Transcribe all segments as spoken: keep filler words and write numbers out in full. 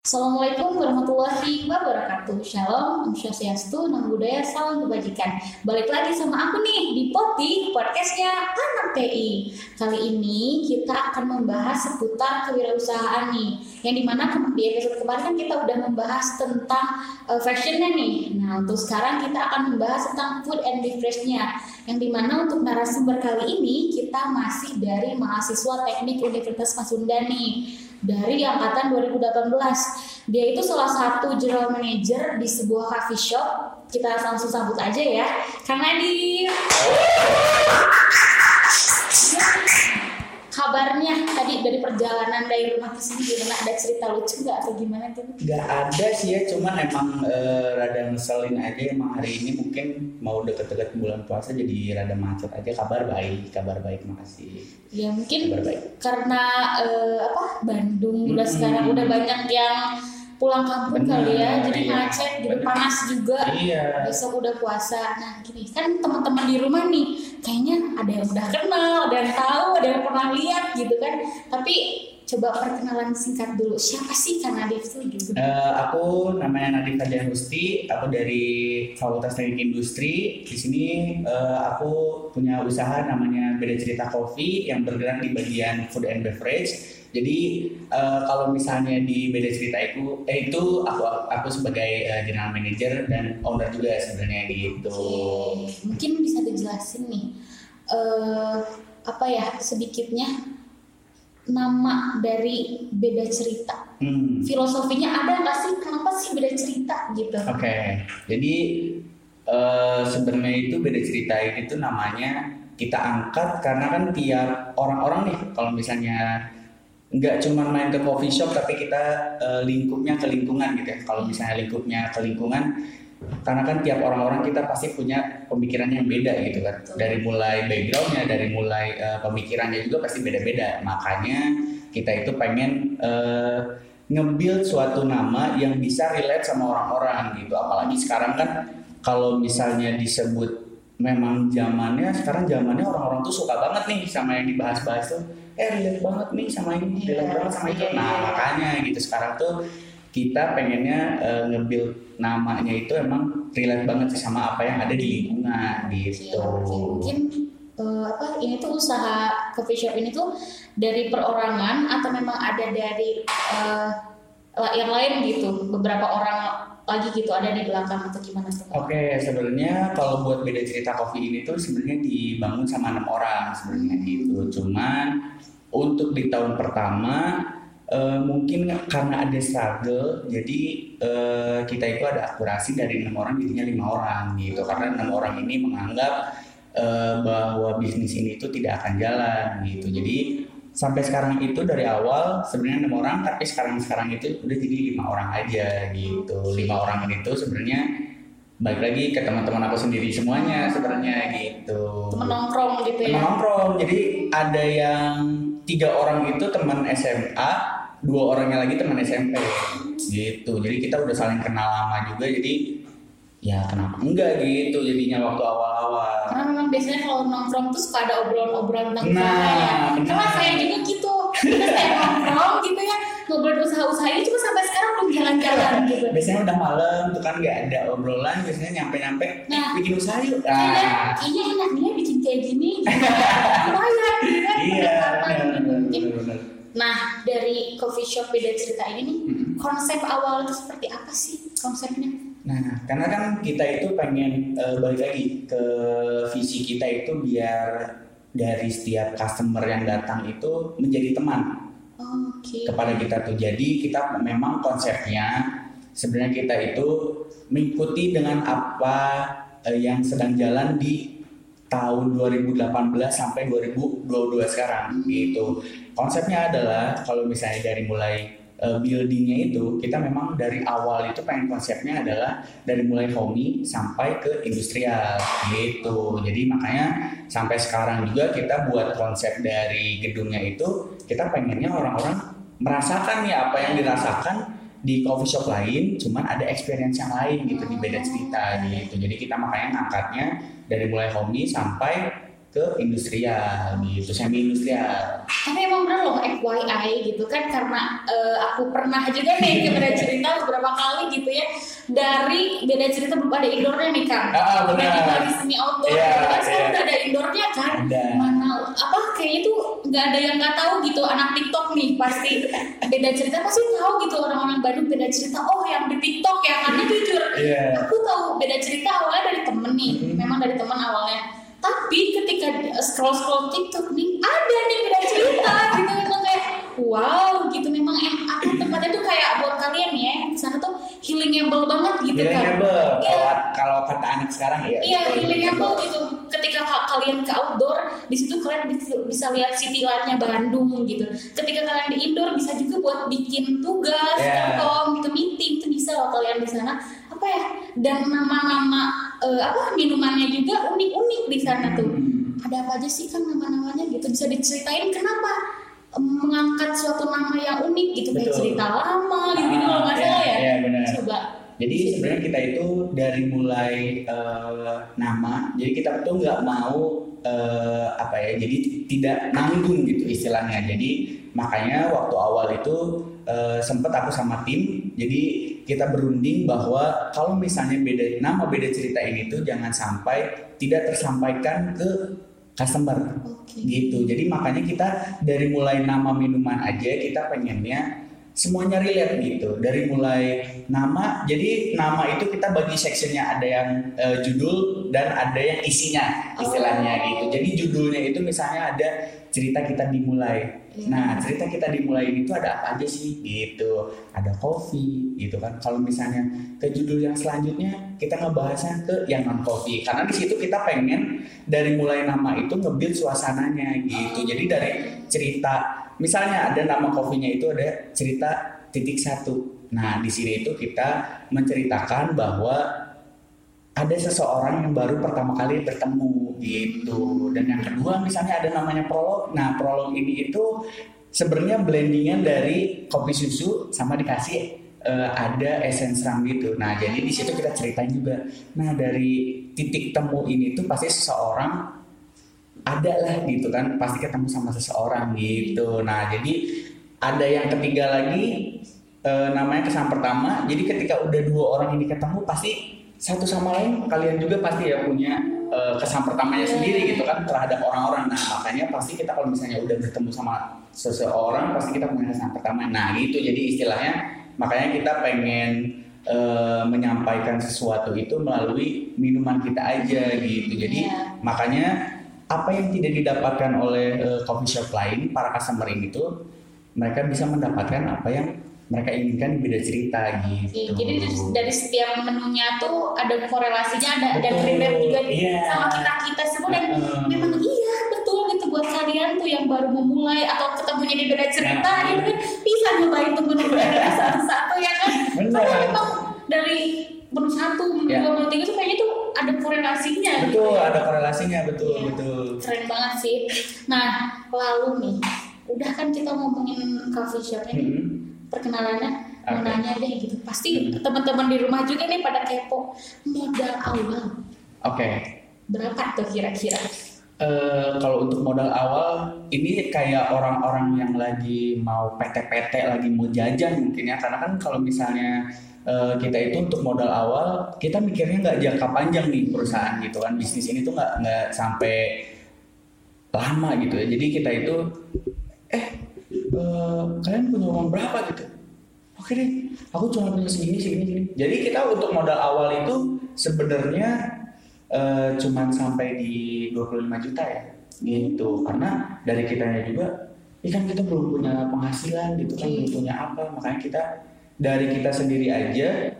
Assalamualaikum warahmatullahi wabarakatuh. Shalom, Om Swastiastu, Namo Buddhaya, salam kebajikan. Balik lagi sama aku nih di Poti, podcastnya Anak T I. Kali ini kita akan membahas seputar kewirausahaan nih. Yang dimana di episode kemarin kan kita udah membahas tentang uh, fashionnya nih. Nah untuk sekarang kita akan membahas tentang food and beverage-nya. Yang dimana untuk narasumber kali ini kita masih dari mahasiswa teknik Universitas Pasundan nih, dari angkatan dua ribu delapan belas. Dia itu salah satu general manager di sebuah coffee shop. Kita langsung sambut aja ya, karena di kabarnya tadi dari perjalanan dari rumah ke sini gimana, ada cerita lucu nggak atau gimana tuh? Nggak ada sih ya, cuman emang e, rada ngeselin aja emang hari ini mungkin mau deket-deket bulan puasa jadi rada macet aja. Kabar baik, kabar baik, makasih. Ya mungkin karena e, apa Bandung udah hmm. sekarang udah banyak yang pulang kampung bener, kali ya, jadi iya, macet, jadi bener. Panas juga. Iya. Besok udah puasa. Nah gini kan teman-teman di rumah nih, kayaknya ada yang udah kenal, ada yang tahu, ada yang pernah lihat gitu kan. Tapi coba perkenalan singkat dulu, siapa sih Kak Nadif tuh gitu? Uh, aku namanya Nadif Hadian Rusti, aku dari Fakultas Teknik Industri. Di sini uh, aku punya usaha namanya Beda Cerita Coffee yang bergerak di bagian food and beverage. Jadi uh, kalau misalnya di Beda Cerita itu, eh, itu aku aku sebagai uh, general manager dan owner juga sebenarnya gitu. Oke. Mungkin bisa dijelasin nih uh, apa ya sedikitnya nama dari Beda Cerita. Hmm. Filosofinya ada nggak sih? Kenapa sih Beda Cerita gitu? Oke. Okay. Jadi uh, sebenarnya itu Beda Cerita ini tuh namanya kita angkat karena kan tiap orang-orang nih kalau misalnya nggak cuma main ke coffee shop tapi kita uh, lingkupnya ke lingkungan gitu ya. Kalau misalnya lingkupnya ke lingkungan, karena kan tiap orang-orang kita pasti punya pemikirannya yang beda gitu kan. Dari mulai backgroundnya, dari mulai uh, pemikirannya juga pasti beda-beda. Makanya kita itu pengen uh, nge-build suatu nama yang bisa relate sama orang-orang gitu. Apalagi sekarang kan kalau misalnya disebut memang zamannya, sekarang zamannya orang-orang tuh suka banget nih sama yang dibahas-bahas tuh. Eh relate banget nih sama ini, relate yeah, banget sama itu. Nah yeah. Makanya gitu sekarang tuh kita pengennya uh, nge-build namanya itu emang relate banget sama apa yang ada di lingkungan gitu. Yeah, mungkin uh, apa ini tuh usaha coffee shop ini tuh dari perorangan atau memang ada dari uh, yang lain gitu, beberapa orang lagi gitu ada di belakang atau gimana tuh? Oke, okay, sebenarnya kalau buat Beda Cerita Coffee ini tuh sebenarnya dibangun sama enam orang sebenarnya gitu. Cuman untuk di tahun pertama uh, mungkin karena ada struggle, jadi uh, kita itu ada akurasi dari enam orang jadinya lima orang gitu. Karena enam orang ini menganggap uh, bahwa bisnis ini itu tidak akan jalan gitu. Jadi sampai sekarang itu dari awal sebenarnya enam orang, tapi sekarang-sekarang itu udah jadi lima orang aja gitu. Lima orang itu sebenarnya balik lagi ke teman-teman aku sendiri semuanya sebenarnya gitu. Teman nongkrong gitu ya. Teman nongkrong. Jadi ada yang tiga orang itu teman S M A, dua orangnya lagi teman S M P gitu. Jadi kita udah saling kenal lama juga. Jadi ya kenapa enggak gitu jadinya waktu awal-awal. Karena memang biasanya kalau nongkrong tuh suka ada obrolan-obrolan tentang nah, ya. Karena saya juga gitu. Kita kayak nongkrong gitu ya, ngobrol usaha-usaha ini cuma sampai sekarang belum jalan-jalan gitu. Biasanya udah malam tuh kan nggak ada obrolan, biasanya nyampe-nyampe nah, bikin usaha yuk. Nah, kayaknya enak nih bikin kayak gini. Lumayan gitu kan. Iya. Nah, dari coffee shop Beda Cerita ini nih, hmm. konsep awal itu seperti apa sih konsepnya? Nah, karena kan kita itu pengen uh, balik lagi ke visi kita itu biar dari setiap customer yang datang itu menjadi teman oh, okay. kepada kita tuh. Jadi kita memang konsepnya sebenarnya kita itu mengikuti dengan apa uh, yang sedang jalan di tahun dua ribu delapan belas sampai dua ribu dua puluh dua sekarang gitu. Konsepnya adalah kalau misalnya dari mulai uh, buildingnya itu kita memang dari awal itu pengen konsepnya adalah dari mulai homey sampai ke industrial gitu. Jadi makanya sampai sekarang juga kita buat konsep dari gedungnya itu kita pengennya orang-orang merasakan ya apa yang dirasakan di coffee shop lain, cuman ada experience yang lain gitu di Beda Cerita gitu. Jadi kita makanya ngangkatnya dari mulai homey sampai ke industrial gitu, semi industrial. Tapi emang bener loh F Y I gitu kan, karena uh, aku pernah juga nih beda cerita beberapa kali gitu ya, dari beda cerita belum ada indoornya nih Kang. Ah, benar. Dari bagi semi outdoor, yeah, kan sekarang yeah. udah ada indoornya kan. Ada. Mana apa kayaknya tuh nggak ada yang nggak tahu gitu, anak TikTok nih pasti beda cerita pasti tahu gitu, orang-orang Bandung beda cerita. Oh yang di TikTok ya, karena jujur yeah. aku tahu beda cerita awalnya dari temen nih, mm-hmm. memang dari teman awalnya. Tapi ketika scroll-scroll TikTok nih ada nih beda cerita gitu, memang kayak wow gitu, memang em aku tempatnya tuh kayak buat kalian ya kesana tuh healingable banget gitu kan. Healingable ya. kalau kalau kata anak sekarang ya. Iya healingable gitu. Ketika kalian ke outdoor di situ kalian bisa, bisa lihat city light-nya Bandung gitu. Ketika kalian di indoor bisa juga buat bikin tugas, yeah. telkom gitu, meeting itu bisa loh kalian di sana. Apa ya, dan nama-nama uh, apa minumannya juga unik-unik di sana tuh. Ada apa aja sih kan nama-namanya gitu, bisa diceritain kenapa um, mengangkat suatu nama yang unik gitu. Betul. Kayak cerita lama gitu, gitu kalau nggak salah ya. Iya benar. Coba. Jadi sebenarnya kita itu dari mulai uh, nama, jadi kita tuh nggak mau uh, apa ya, jadi tidak nanggung gitu istilahnya. Jadi makanya waktu awal itu uh, sempet aku sama tim, jadi kita berunding bahwa kalau misalnya beda nama beda cerita ini tuh jangan sampai tidak tersampaikan ke customer. Okay. Gitu. Jadi makanya kita dari mulai nama minuman aja kita pengennya semuanya relate gitu, dari mulai nama. Jadi nama itu kita bagi sectionnya, ada yang uh, judul dan ada yang isinya istilahnya oh. gitu. Jadi judulnya itu misalnya ada cerita kita dimulai. Yeah. Nah cerita kita dimulai itu ada apa aja sih gitu, ada kopi gitu kan. Kalau misalnya ke judul yang selanjutnya kita ngebahasnya ke yang non kopi, karena di situ kita pengen dari mulai nama itu nge-build suasananya gitu. Jadi dari cerita misalnya ada nama kopinya itu ada cerita titik satu. Nah di sini itu kita menceritakan bahwa ada seseorang yang baru pertama kali bertemu gitu. Dan yang kedua misalnya ada namanya prolog. Nah prolog ini itu sebenarnya blendingan dari kopi susu sama dikasih uh, ada essence rum gitu. Nah jadi di situ kita ceritain juga. Nah dari titik temu ini tuh pasti seseorang ada lah gitu kan, pasti ketemu sama seseorang gitu. Nah jadi ada yang ketiga lagi e, namanya kesan pertama. Jadi ketika udah dua orang ini ketemu pasti satu sama lain kalian juga pasti ya punya e, kesan pertamanya sendiri gitu kan terhadap orang-orang. Nah makanya pasti kita kalau misalnya udah bertemu sama seseorang pasti kita punya kesan pertama. Nah gitu, jadi istilahnya makanya kita pengen e, menyampaikan sesuatu itu melalui minuman kita aja gitu. Jadi yeah. makanya apa yang tidak didapatkan oleh uh, coffee shop lain, para customer ini tuh mereka bisa mendapatkan apa yang mereka inginkan di beda cerita gitu. Jadi dari setiap menunya tuh ada korelasinya, ada ada relate juga yeah. sama kita kita semua dan uh, memang iya betul gitu buat kalian tuh yang baru memulai atau ketemunya di beda cerita nah, gitu kan bisa nyobain tuh menu-menu satu-satu ya kan. Karena memang dari menu satu, menu dua, menu tiga tuh kayaknya tuh ada korelasinya. Betul, gitu. Ada korelasinya, betul, ya. betul. Keren banget sih. Nah, lalu nih, udah kan kita ngomongin coffee shop ini, mm-hmm. perkenalannya, okay. nanya deh gitu. Pasti mm-hmm. teman-teman di rumah juga nih pada kepo. Modal awal. Oke. Okay. Berapa tuh kira-kira? Uh, kalau untuk modal awal ini kayak orang-orang yang lagi mau P T P T, lagi mau jajan mungkin ya, karena kan kalau misalnya Uh, kita itu untuk modal awal kita mikirnya nggak jangka panjang nih perusahaan gitu kan, bisnis ini tuh nggak nggak sampai lama gitu ya. Jadi kita itu eh uh, kalian punya uang berapa gitu, oke deh aku cuma punya segini segini segini. Jadi kita untuk modal awal itu sebenarnya uh, cuma sampai di dua puluh lima juta ya gitu, karena dari kitanya juga ikan kita belum punya penghasilan gitu kan, belum punya apa, makanya kita dari kita sendiri aja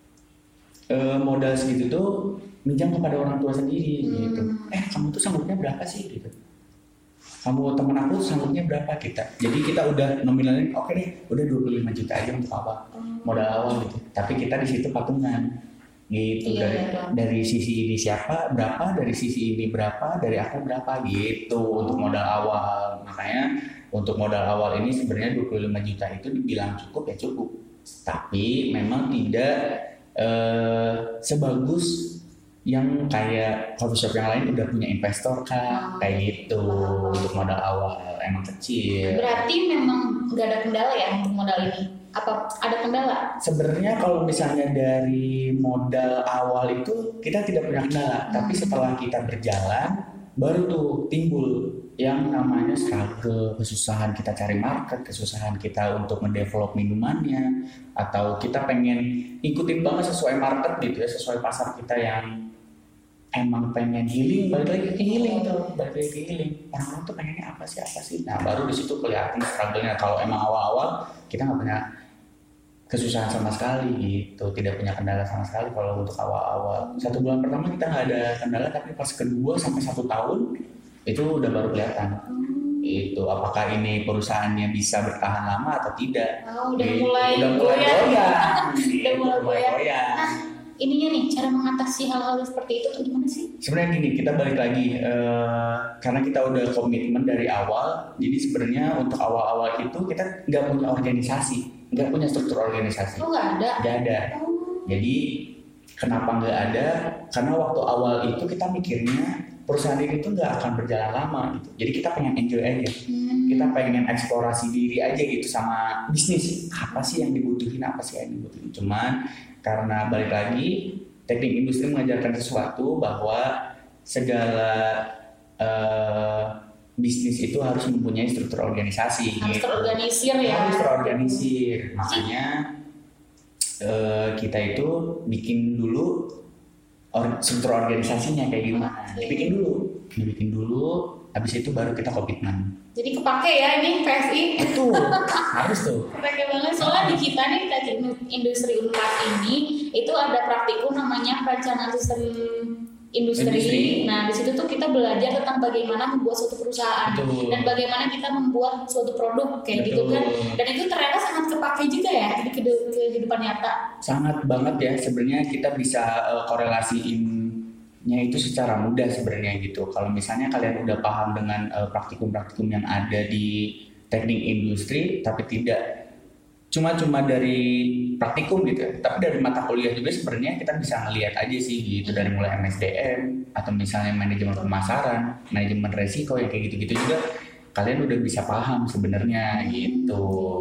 eh, modal segitu tuh minjam kepada orang tua sendiri hmm. gitu. Eh kamu tuh sanggupnya berapa sih gitu? Kamu temen aku sanggupnya berapa kita? Jadi kita udah nominalin oke okay deh, udah dua puluh lima juta aja untuk apa? Modal awal gitu. Tapi kita di situ patungan gitu iya, dari iya. dari sisi ini siapa berapa, dari sisi ini berapa, dari aku berapa gitu untuk modal awal. Makanya untuk modal awal ini sebenarnya dua puluh lima juta itu dibilang cukup ya cukup. Tapi memang tidak eh, sebagus yang kayak coffee shop yang lain udah punya investor kan, Oh, kayak gitu wow. untuk modal awal emang kecil. Berarti memang nggak ada kendala ya untuk modal ini? Apa ada kendala? Sebenarnya kalau misalnya dari modal awal itu kita tidak punya kendala, Hmm. tapi setelah kita berjalan baru tuh timbul yang namanya struggle, kesusahan kita cari market, kesusahan kita untuk mendevelop minumannya, atau kita pengen ikutin banget sesuai market gitu ya, sesuai pasar kita yang emang pengen healing, balik lagi ke healing tuh, balik lagi ke healing. Orang-orang tuh pengennya apa sih, apa sih? Nah baru di situ kelihatan struggle-nya. Kalau emang awal-awal kita nggak punya kesusahan sama sekali gitu, tidak punya kendala sama sekali kalau untuk awal-awal. Satu bulan pertama kita nggak ada kendala, tapi pas kedua sampai satu tahun itu udah baru kelihatan. Itu apakah ini perusahaannya bisa bertahan lama atau tidak? Oh, udah Gitu. mulai udah mulai goyang. goyang. Udah Gitu, mulai goyang. goyang. Nah, ininya nih cara mengatasi hal-hal seperti itu tuh gimana sih? Sebenarnya gini, kita balik lagi eh, karena kita udah komitmen dari awal. Jadi sebenarnya untuk awal-awal itu kita nggak punya organisasi, nggak punya struktur organisasi, Oh, nggak ada. nggak ada. Oh, Jadi kenapa nggak ada? Karena waktu awal itu kita mikirnya perusahaan ini tuh nggak akan berjalan lama gitu. Jadi kita pengen enjoy aja, hmm. kita pengen eksplorasi diri aja gitu sama bisnis. Apa sih yang dibutuhin, apa sih yang dibutuhin. Cuman karena balik lagi teknik industri mengajarkan sesuatu bahwa segala eh, bisnis itu harus mempunyai struktur organisasi. harus gitu. terorganisir ya. Harus terorganisir. Makanya eh, kita itu bikin dulu or- struktur organisasinya kayak gimana. Oke. Dibikin dulu, dibikin dulu. Habis itu baru kita komitmen. Jadi kepake ya ini P S I. Itu harus tuh. Kepake banget soalnya di kita nih teknik industri Unpad ini itu ada praktikum namanya perencanaan sistem industri. Industri. Nah di situ tuh kita belajar tentang bagaimana membuat suatu perusahaan Betul. dan bagaimana kita membuat suatu produk kayak gitu Betul. kan. Dan itu ternyata sangat kepake juga ya di kehidu- kehidupan nyata. Sangat banget ya sebenarnya kita bisa uh, korelasiinnya itu secara mudah sebenarnya gitu. Kalau misalnya kalian udah paham dengan uh, praktikum-praktikum yang ada di teknik industri, tapi tidak cuma-cuma dari praktikum gitu, ya, tapi dari mata kuliah juga sebenarnya kita bisa ngelihat aja sih gitu, dari mulai M S D M atau misalnya manajemen pemasaran, manajemen resiko yang kayak gitu-gitu juga kalian udah bisa paham sebenarnya gitu.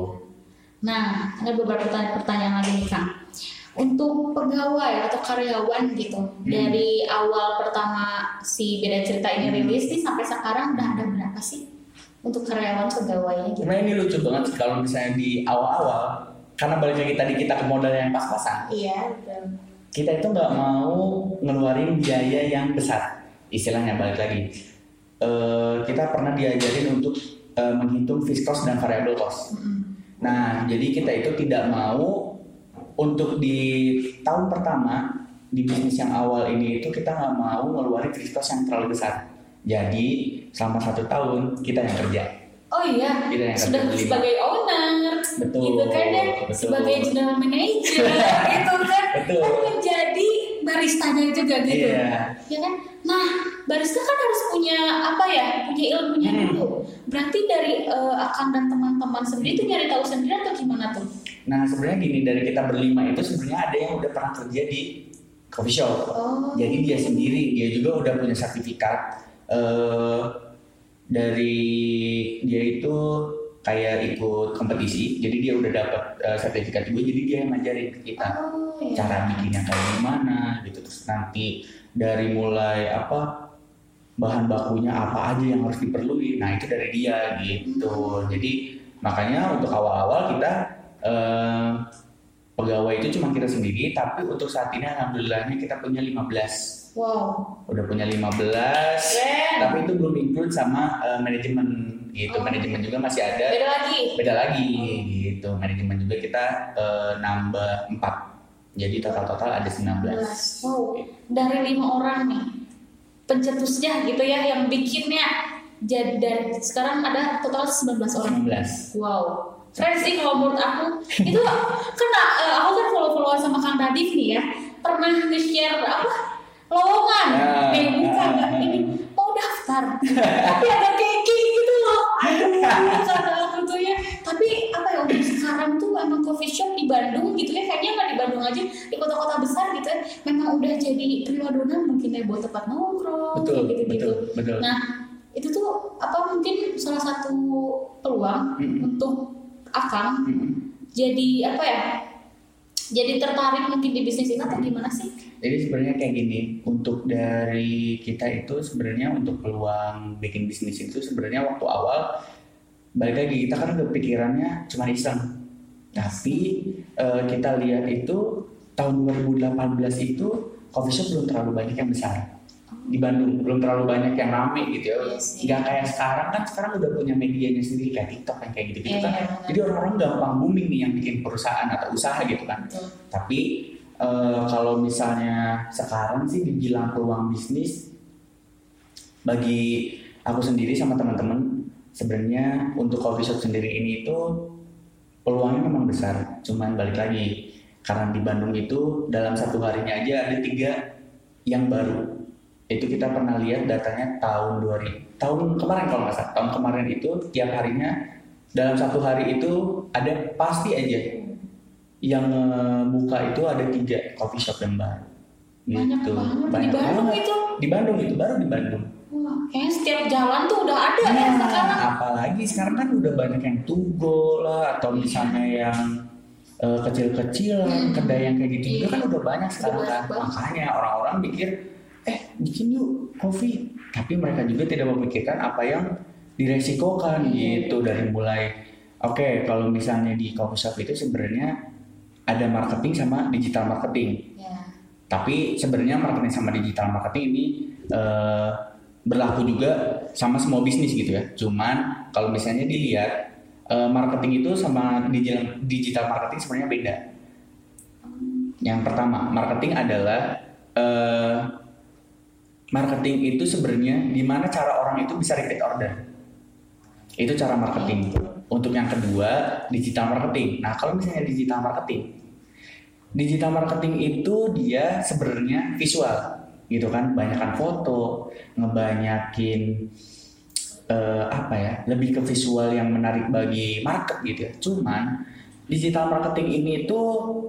Nah, ada beberapa pertanyaan, pertanyaan lagi nih Kang. Untuk pegawai atau karyawan gitu, Hmm. dari awal pertama si Beda Cerita ini rilis nih sampai sekarang udah ada berapa sih untuk karyawan pegawainya gitu? Sebenarnya ini lucu banget sih kalau misalnya di awal-awal, karena balik lagi tadi kita ke modal yang pas-pasan, Iya, betul. kita itu nggak mau ngeluarin biaya yang besar, istilahnya balik lagi. Eh, kita pernah diajarin untuk eh, menghitung fixed cost dan variable cost. Mm-mm. Nah, jadi kita itu tidak mau untuk di tahun pertama di bisnis yang awal ini itu kita nggak mau ngeluarin fixed cost yang terlalu besar. Jadi selama satu tahun kita yang kerja. Oh iya, Kita yang sudah kerja beli. sebagai owner, Betul, gitu kan ya, betul. sebagai general manager, gitu kan, Betul. kan menjadi baristanya juga gitu, Iya. ya kan? Nah, barista kan harus punya apa ya, punya ilmunya Hmm. dulu. Berarti dari eh, Akang dan teman-teman sendiri tuh nyari tahu sendiri atau gimana tuh? Nah sebenarnya gini, dari kita berlima itu sebenarnya ada yang udah pernah kerja di coffee shop. Oh. Jadi dia sendiri, dia juga udah punya sertifikat. eh dari dia itu kayak ikut kompetisi, jadi dia udah dapat eh, sertifikat juga. Jadi dia yang ngajarin ke kita Oh, ya. cara bikinnya kayak gimana gitu. Terus nanti dari mulai apa bahan bakunya apa aja yang harus diperluin. Nah itu dari dia gitu. Jadi makanya untuk awal-awal kita eh, pegawai itu cuma kita sendiri, tapi untuk saat ini alhamdulillahnya kita punya lima belas. Wow. Udah punya lima belas, Keren. tapi itu belum include sama eh, manajemen gitu. Oh. Manajemen juga masih ada. Beda lagi. Beda lagi gitu. Manajemen juga kita eh, nambah empat. Jadi total-total ada sembilan belas. Wow. Dari lima orang nih, pencetusnya gitu ya, yang bikinnya. Jadi dan sekarang ada total sembilan belas orang. sembilan belas. Wow. Keren sih kalau menurut aku. Itu kan eh, aku kan follow-followan sama Kang Radif nih ya. Pernah nge-share apa? Lowongan. Ah, Eh bukan ah, ah, ini mau daftar. Tapi ada keki gitu loh. Aduh, kata aku tuh ya. Tapi Tapi apa ya untuk sekarang tuh emang coffee shop di Bandung gitu ya, kayaknya nggak di Bandung aja, di kota-kota besar gitu ya, memang udah jadi primadona mungkin ya buat tempat nongkrong Betul, gitu-gitu. betul, betul. Nah itu tuh apa mungkin salah satu peluang Mm-mm. untuk Akang Mm-mm. jadi apa ya? Jadi tertarik mungkin di bisnis ini atau gimana sih? Jadi sebenarnya kayak gini, untuk dari kita itu sebenarnya untuk peluang bikin bisnis itu sebenarnya waktu awal balik lagi kita kan kepikirannya cuma iseng. Tapi eh, kita lihat itu tahun dua ribu delapan belas itu coffee shop belum terlalu banyak yang besar di Bandung, belum terlalu banyak yang rame gitu ya. Iya sih. Nggak kayak sekarang kan, sekarang udah punya medianya sendiri kayak TikTok kan kayak gitu-gitu Iya, kan. iya, benar. Jadi orang-orang gampang booming nih yang bikin perusahaan atau usaha gitu kan. Betul. Tapi eh, kalau misalnya sekarang sih dibilang peluang bisnis bagi aku sendiri sama teman-teman, sebenarnya untuk coffee shop sendiri ini itu peluangnya memang besar. Cuman balik lagi karena di Bandung itu dalam satu harinya aja ada tiga yang baru. Itu kita pernah lihat datanya tahun dua ribu tahun kemarin kalau nggak salah. Tahun kemarin itu tiap harinya dalam satu hari itu ada pasti aja yang eh, buka itu ada tiga coffee shop yang baru. Banyak Gitu. banget di Bandung banget. itu. Di Bandung itu baru di Bandung. Wah, kayaknya setiap jalan tuh udah ada ya Nah, sekarang. apalagi sekarang kan udah banyak yang tugo lah atau misalnya yang eh, kecil-kecilan, Hmm. kedai yang kayak gitu juga Iya. kan udah banyak sekarang Udah kan. banyak banget. Makanya orang-orang mikir, eh bikin yuk kopi. Tapi mereka juga tidak memikirkan apa yang diresikokan Iya. gitu dari mulai. Oke, kalau misalnya di coffee shop itu sebenarnya ada marketing sama digital marketing. Ya. Tapi sebenarnya marketing sama digital marketing ini eh, berlaku juga sama semua bisnis gitu ya. Cuman kalau misalnya dilihat eh, marketing itu sama digital digital marketing sebenarnya beda. Yang pertama, marketing adalah eh, marketing itu sebenarnya gimana cara orang itu bisa repeat order. Itu cara marketing. Untuk yang kedua, digital marketing. Nah, kalau misalnya digital marketing, digital marketing itu dia sebenarnya visual, gitu kan, banyakan foto, ngebanyakin eh, apa ya, lebih ke visual yang menarik bagi market gitu ya. Cuman digital marketing ini itu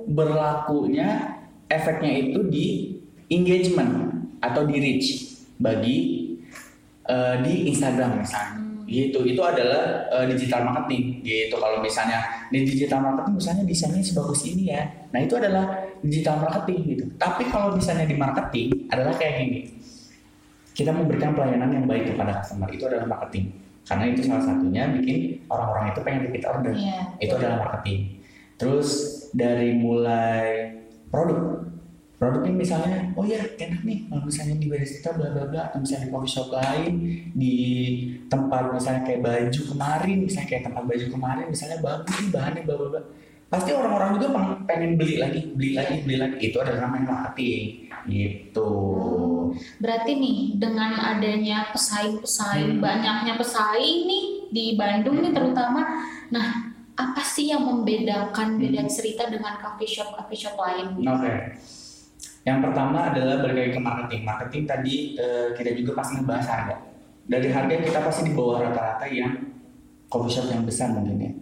berlakunya efeknya itu di engagement atau di reach bagi eh, di Instagram misalnya. Gitu, itu adalah uh, digital marketing gitu. Kalau misalnya di digital marketing misalnya desainnya sebagus ini ya, nah itu adalah digital marketing gitu. Tapi kalau misalnya di marketing adalah kayak gini, kita memberikan pelayanan yang baik kepada customer, itu adalah marketing. Karena itu salah satunya bikin orang-orang itu pengen repeat order. Iya. Itu adalah marketing. Terus dari mulai produk, produknya misalnya, oh ya enak nih kalau misalnya di Barista bla bla bla, atau misalnya di coffee shop lain, di tempat misalnya kayak baju kemarin, misalnya kayak tempat baju kemarin misalnya bagus nih bahannya bla bla bla, pasti orang-orang juga peng- pengen beli lagi, beli lagi, beli lagi. Itu adalah namanya marketing gitu. Berarti nih dengan adanya pesaing-pesaing, Hmm. banyaknya pesaing nih di Bandung nih terutama. Nah, apa sih yang membedakan beda cerita dengan coffee shop coffee shop lain? Oke. Yang pertama adalah balik lagi ke marketing. Marketing tadi eh, kita juga pasti ngebahas harga. Dari harga kita pasti di bawah rata-rata yang coffee shop yang besar mungkin ya.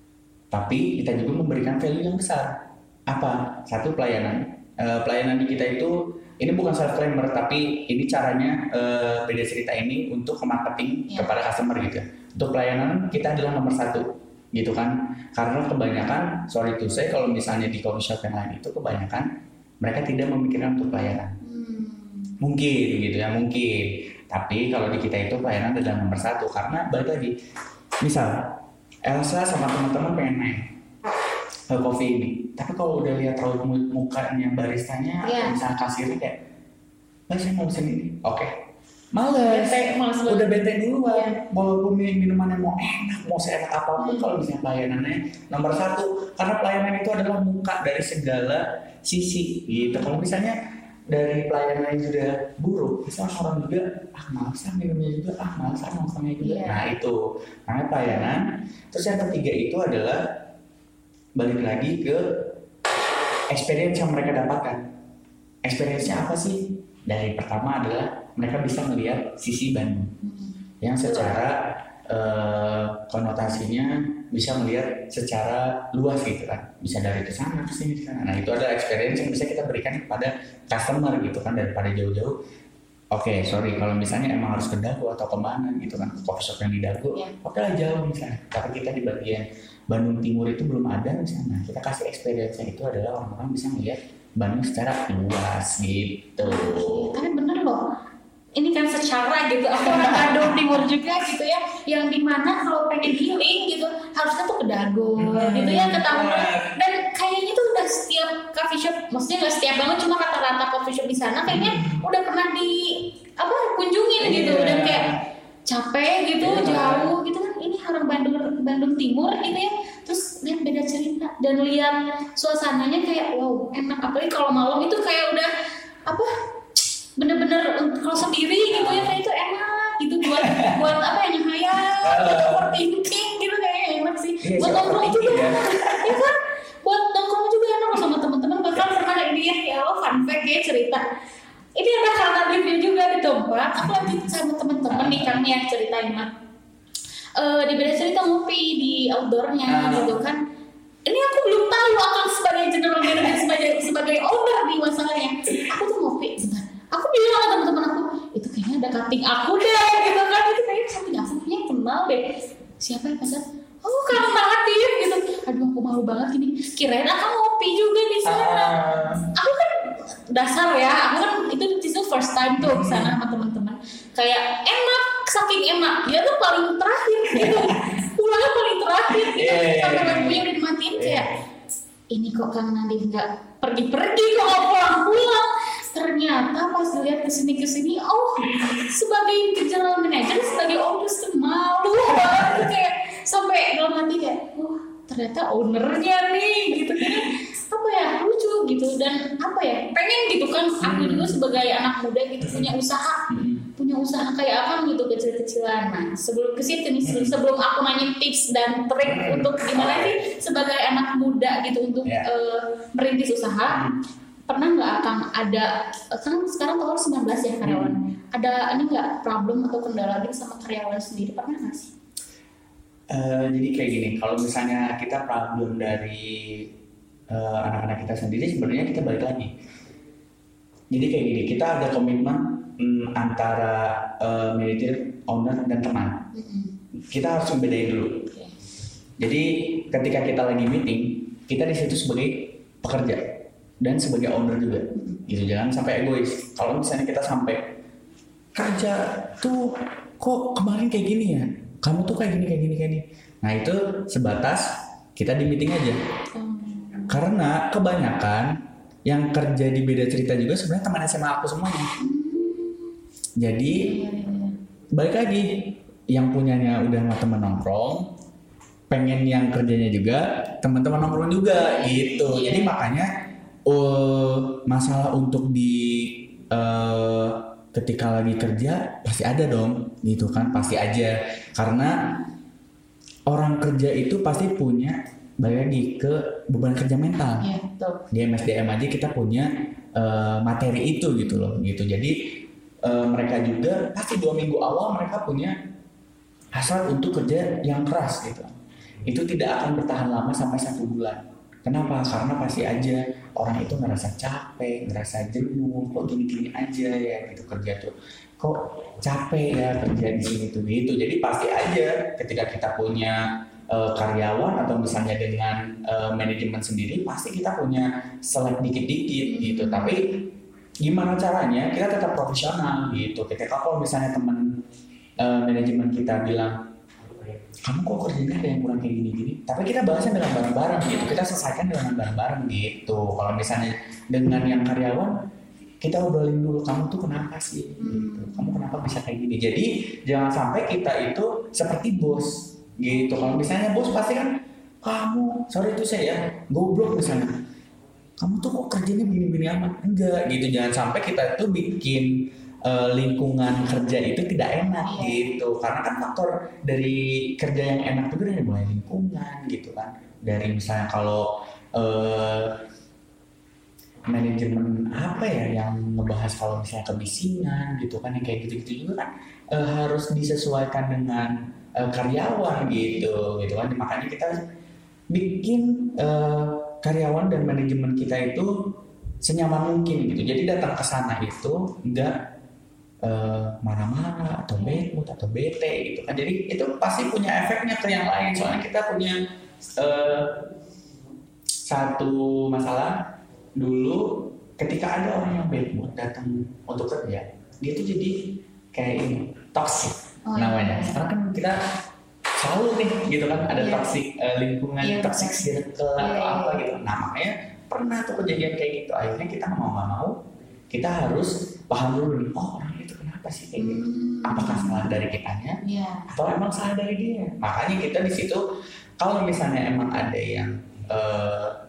Tapi kita juga memberikan value yang besar. Apa? Satu, pelayanan. Eh, pelayanan di kita itu, ini bukan self claimer, tapi ini caranya eh, beda cerita ini untuk ke marketing Ya. kepada customer gitu ya. Untuk pelayanan kita adalah nomor satu gitu kan. Karena kebanyakan, sorry to say, kalau misalnya di coffee shop yang lain itu kebanyakan mereka tidak memikirkan untuk pelayanan. Hmm. Mungkin gitu ya, mungkin. Tapi kalau di kita itu pelayanan adalah nomor satu. Karena balik lagi, misal Elsa sama teman-teman pengen main ke coffee ini, tapi kalau udah lihat raut mu- mukanya baristanya, Iya. atau misalnya kasirnya kayak, "Mbak, saya mau pesen ini." Oke, males. Bete, males banget. Udah bete duluan. Walaupun min- minumannya mau enak, mau seenak apapun, kalau misalnya pelayanannya nomor satu. Karena pelayanan itu adalah muka dari segala sisi gitu. Kalau misalnya dari pelayanan yang sudah buruk, misalnya orang juga ah malas ah minumnya juga, ah malas ah nongkrongnya juga. Iya. Nah itu namanya pelayanan. Terus yang ketiga itu adalah balik lagi ke experience yang mereka dapatkan. Experience-nya apa sih? Dari pertama adalah mereka bisa melihat sisi Bandung Hmm. yang secara uh, konotasinya bisa melihat secara luas gitu kan, bisa dari ke sana ke sini ke sana. Nah itu adalah experience yang bisa kita berikan kepada customer gitu kan, daripada jauh-jauh. Oke, okay, sorry kalau misalnya emang harus ke Dago atau kemana gitu kan, coffee shop yang di Dago, yeah. Oke lah jauh misalnya. Tapi kita di bagian Bandung Timur itu belum ada misalnya. Kita kasih experience-nya itu adalah orang-orang bisa melihat Bandung secara luas gitu. Tapi bener loh, ini kan secara gitu, aku orang Bandung Timur juga gitu ya, yang dimana kalau pengen healing gitu harusnya tuh ke Dago hmm, gitu ya, ke Tamrin. Dan kayaknya tuh udah setiap coffee shop, maksudnya nggak setiap banget, cuma rata-rata coffee shop di sana kayaknya udah pernah di apa kunjungin gitu, yeah. Dan kayak capek gitu, yeah. Jauh gitu kan, ini orang Bandung Bandung Timur gitu ya, terus lihat beda cerita dan lihat suasananya kayak wow enak, apalagi kalau malam itu kayak udah apa bener-bener kalau sendiri gitu ya, kayak itu enak gitu buat buat apa ya, nyahaya buat overthinking gitu, kayak enak sih yeah, buat nongkrong juga ya. Ya kan, buat nongkrong juga enak sama teman-teman. Bahkan pernah ini ya, ya lo fun fact ya cerita. Ini ada karena review juga di tempat. Aku lagi sama teman-teman nih kan ya ceritain mah. Uh, di beda cerita ngopi di outdoornya gitu kan. Ini aku belum tahu akan sebagai general manager, sebagai sebagai owner di masalahnya. Aku tuh ngopi, bentar. Aku bilang sama teman-teman aku, itu kayaknya ada cutting aku deh gitu kan. Itu kayaknya cutting aku kayaknya kenal deh. Siapa ya pasar? Oh Kang Mahathir gitu. Aduh aku malu banget gini. Kirain aku ngopi juga di sana. Aku kan dasar ya, aku kan itu itu first time tuh ke sana sama teman-teman. Kayak enak, saking enak. Dia tuh paling terakhir gitu. Pulangnya paling terakhir gitu. Sampai lampunya udah dimatiin kayak ini kok Kang Nandi nggak pergi-pergi kok nggak pulang-pulang. Ternyata pas dilihat kesini-kesini, oh sebagai general manager, sebagai owner tuh malu banget kayak sampai dalam hati kayak, wah ternyata ownernya nih gitu kan, apa ya lucu gitu dan apa ya pengen gitu kan aku juga sebagai anak muda gitu punya usaha, punya usaha kayak apa gitu kecil-kecilan. Nah sebelum ke situ nih, sebelum aku nanya tips dan trik untuk gimana sih sebagai anak muda gitu untuk yeah. uh, merintis usaha. Pernah nggak Kang ada, kan sekarang tahun sembilan belas ya karyawan, hmm. ada ini nggak problem atau kendala gitu sama karyawan sendiri, pernah nggak sih? Uh, jadi kayak gini, kalau misalnya kita problem dari uh, anak-anak kita sendiri, sebenarnya kita balik lagi. Jadi kayak gini, kita ada komitmen um, antara uh, manajer, owner dan teman. Mm-hmm. Kita harus membedain dulu. Okay. Jadi ketika kita lagi meeting, kita di situ sebagai pekerja dan sebagai owner juga, gitu. Jangan sampai egois. Kalau misalnya kita sampai kerja tuh kok kemarin kayak gini ya, kamu tuh kayak gini kayak gini kayak gini. Nah itu sebatas kita di meeting aja. Hmm. Karena kebanyakan yang kerja di beda cerita juga sebenarnya teman S M A aku semuanya. Jadi balik lagi, yang punyanya udah sama teman nongkrong, pengen yang kerjanya juga teman-teman nongkrong juga, gitu. Jadi makanya Uh, masalah untuk di uh, ketika lagi kerja pasti ada dong gitu kan, pasti aja, karena orang kerja itu pasti punya balik lagi ke beban kerja mental ya, di M S D M aja kita punya uh, materi itu gitu loh gitu. Jadi uh, mereka juga pasti dua minggu awal mereka punya hasrat untuk kerja yang keras gitu, itu tidak akan bertahan lama sampai satu bulan. Kenapa? Karena pasti aja orang itu ngerasa capek, ngerasa jenuh, kok gini-gini aja ya gitu kerja tuh, kok capek ya kerja di sini tuh gitu. Jadi pasti aja ketika kita punya uh, karyawan atau misalnya dengan uh, manajemen sendiri, pasti kita punya selek dikit-dikit gitu. Tapi gimana caranya kita tetap profesional gitu. Ketika kalau misalnya teman uh, manajemen kita bilang, kamu kok kerjanya ada yang kurang kayak gini-gini, tapi kita bahasnya dengan bareng-bareng gitu, kita selesaikan dengan bareng-bareng gitu. Kalau misalnya dengan yang karyawan, kita obrolin dulu, kamu tuh kenapa sih gitu, kamu kenapa bisa kayak gini. Jadi jangan sampai kita itu seperti bos gitu. Kalau misalnya bos pasti kan, kamu, sorry itu saya ya, goblok misalnya, kamu tuh kok kerjanya begini-begini amat, enggak gitu. Jangan sampai kita tuh bikin Uh, lingkungan kerja itu tidak enak gitu, karena kan faktor dari kerja yang enak itu dari mulai lingkungan gitu kan, dari misalnya kalau uh, manajemen apa ya yang ngebahas kalau misalnya kebisingan gitu kan, yang kayak gitu-gitu juga kan uh, harus disesuaikan dengan uh, karyawan gitu gitu kan. Makanya kita bikin uh, karyawan dan manajemen kita itu senyaman mungkin gitu. Jadi datang ke sana itu enggak uh, marah-marah atau bad mood atau bete gitu kan. Jadi itu pasti punya efeknya ke yang lain. Soalnya kita punya uh, satu masalah dulu ketika ada orang yang bad mood datang untuk kerja, dia tuh jadi kayak ini toxic oh, namanya. Iya. Karena kan kita selalu nih gitu kan ada yeah. toxic uh, lingkungan, yeah, toxic circle yeah, atau apa yeah. gitu. Nah makanya pernah tuh kejadian kayak gitu. Akhirnya kita mau nggak mau kita harus paham dulu nih, oh orang itu kenapa sih kayak gitu? Hmm. Apakah salah dari kitanya yeah. atau emang salah dari dia? Makanya kita di situ kalau misalnya emang ada yang uh,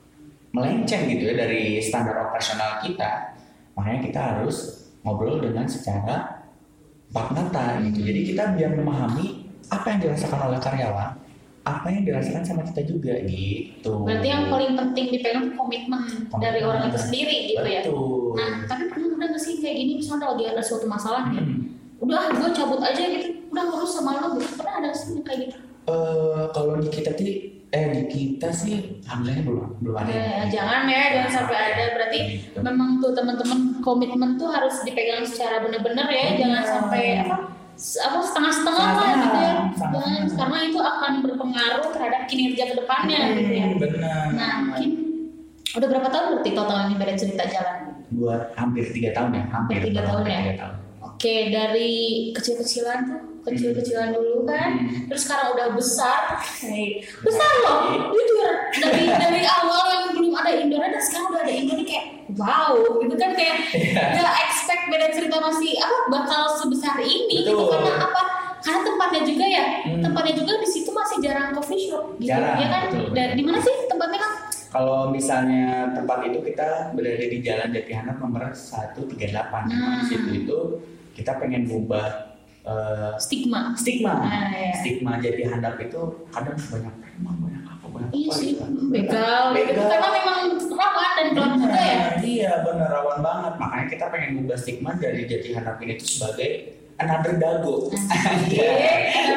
melenceng gitu ya dari standar operasional kita, makanya kita harus ngobrol dengan secara empat mata gitu. Jadi kita biar memahami apa yang dirasakan oleh karyawan, apa yang dirasakan sama kita juga gitu. Berarti yang paling penting dipegang komitmen, komitmen dari orang itu sendiri gitu. Betul. Ya. Nah, tapi pernah udah nggak sih kayak gini, misalnya lagi ada suatu masalah nih, hmm. udah gue cabut aja gitu, udah ngurus sama lo gitu. Pernah ada sih kayak gitu? Uh, kalau di kita sih, eh di kita sih, alhamdulillah belum belum ada. Ya, jangan ya, jangan sampai ada. Berarti gitu. Memang tuh teman-teman komitmen tuh harus dipegang secara benar-benar ya, ya. Jangan sampai apa? apa setengah-setengah lah gitu ya, jangan, karena itu akan berpengaruh terhadap kinerja kedepannya hmm, gitu ya. Benar. Nah mungkin udah berapa tahun berarti total ini Beda Cerita jalan? Buat hampir tiga tahun ya, hampir tiga tahun ya. tiga tahun. Oke, dari kecil-kecilan tuh, kecil-kecilan dulu kan, hmm. terus sekarang udah besar, hey, besar loh, jujur dari dari awal yang belum ada indoornya dan sekarang udah ada indoor kayak wow, gitu kan kayak nggak expect Beda Cerita masih apa bakal sebesar ini, gitu karena apa? Karena tempatnya juga ya, hmm. tempatnya juga di situ masih jarang coffee shop, gitu, jarang, ya kan? Dan di mana sih tempatnya kan? Kalau misalnya tempat itu kita berada di Jalan Jati Handap nomor seratus tiga puluh delapan, nah. Di situ itu kita pengen ubah uh, stigma stigma nah, ya. stigma Jati Handap itu kadang banyak preman, banyak apa banyak iya apa sih gitu. begal gitu karena memang rawan dan gelap juga ya. Iya benar, rawan banget. Makanya kita pengen ubah stigma dari Jati Handap ini itu sebagai another dago. Iya,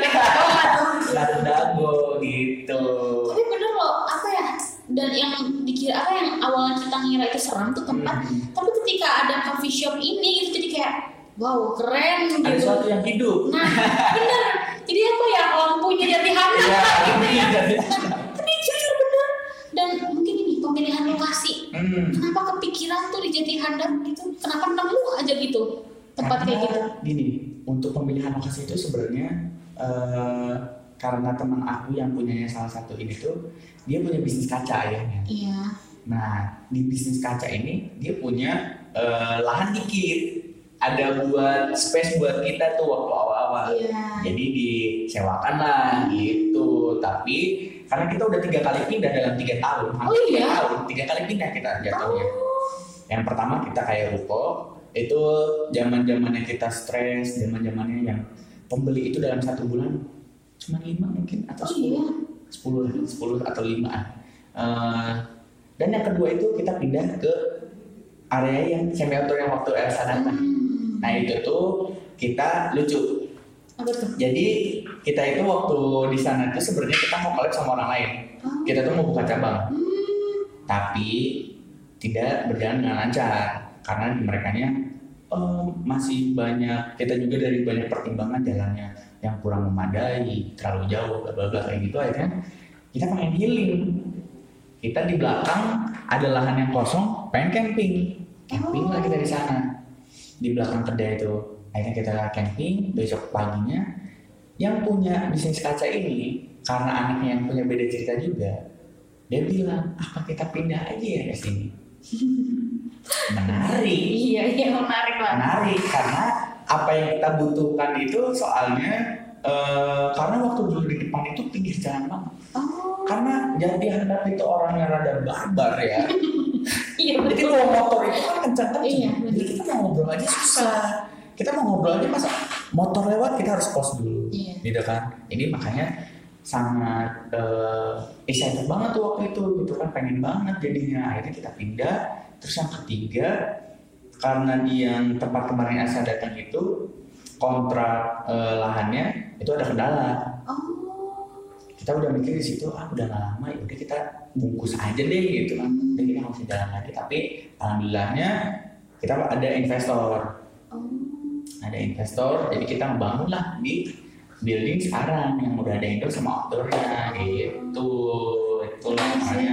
another dago gitu. Tapi bener loh, apa ya? Dan yang dikira apa yang awalnya kita ngira itu seram tuh tempat, hmm. tapi ketika ada coffee shop ini gitu jadi kayak wow keren gitu. Ada sesuatu yang hidup. Nah bener. Jadi apa ya lampunya Jati Handap ya, gitu ya. Tapi jujur bener. Dan mungkin ini pemilihan lokasi. Hmm. Kenapa kepikiran tuh di Jati Handap gitu? Kenapa nemu aja gitu tempat karena, kayak gitu? Gini, untuk pemilihan lokasi itu sebenarnya uh, karena teman aku yang punyanya salah satu ini tuh dia punya bisnis kaca ayahnya. Iya. Nah di bisnis kaca ini dia punya uh, lahan dikit. Ada buat space buat kita tuh waktu awal-awal, yeah. Jadi disewakan lah gitu. Tapi karena kita udah tiga kali pindah dalam tiga tahun, oh, iya? tiga tahun, tiga kali pindah kita jatuhnya. Oh. Yang pertama kita kayak ruko, itu zaman zamannya kita stres, zaman zamannya yang pembeli itu dalam satu bulan cuma lima mungkin atau sepuluh, sepuluh, sepuluh atau lima. Uh, dan yang kedua itu kita pindah ke area yang semi outdoor yang waktu Elsa datang. Hmm. Nah itu tuh kita lucu. Apa tuh? Jadi kita itu waktu di sana tuh sebenarnya kita mau collab sama orang lain. Oh. Kita tuh mau buka cabang. Hmm. Tapi tidak berjalan dengan lancar karena merekanya oh, masih banyak. Kita juga dari banyak pertimbangan jalannya yang kurang memadai, terlalu jauh, bla bla bla kayak gitu akhirnya kita pengen healing. Kita di belakang ada lahan yang kosong, pengen camping. Camping oh. lagi dari sana. Di belakang kedai itu akhirnya kita camping. Besok paginya yang punya bisnis kaca ini karena anaknya yang punya Beda Cerita juga, dia bilang apa kita pindah aja ya ke sini. Menarik. Iya iya menarik lah. Menarik karena apa yang kita butuhkan itu soalnya uh, karena waktu dulu di depan itu pinggir jalan banget. Oh. Karena Jati Handap itu orangnya rada barbar ya. Iya, jadi bawa motor itu kan kencang-kencang. Iya, jadi kita mau ngobrol aja susah. Kita mau ngobrol aja masa motor lewat kita harus pause dulu. Iya. Gitu kan. Ini makanya sangat uh, excited banget tuh waktu itu gitu kan, pengen banget jadinya. Akhirnya kita pindah. Terus yang ketiga karena di yang tempat kemarin Elsa datang itu kontrak uh, lahannya itu ada kendala. Oh. Kita udah mikir di situ, ah udah lama ya udah kita bungkus aja deh gitu kan, udah kita nggak usah jalan lagi. Tapi alhamdulillahnya kita ada investor, Oh. ada investor, jadi kita membangun lah di building sekarang yang udah ada indoor sama outdoornya gitu. Itulah makanya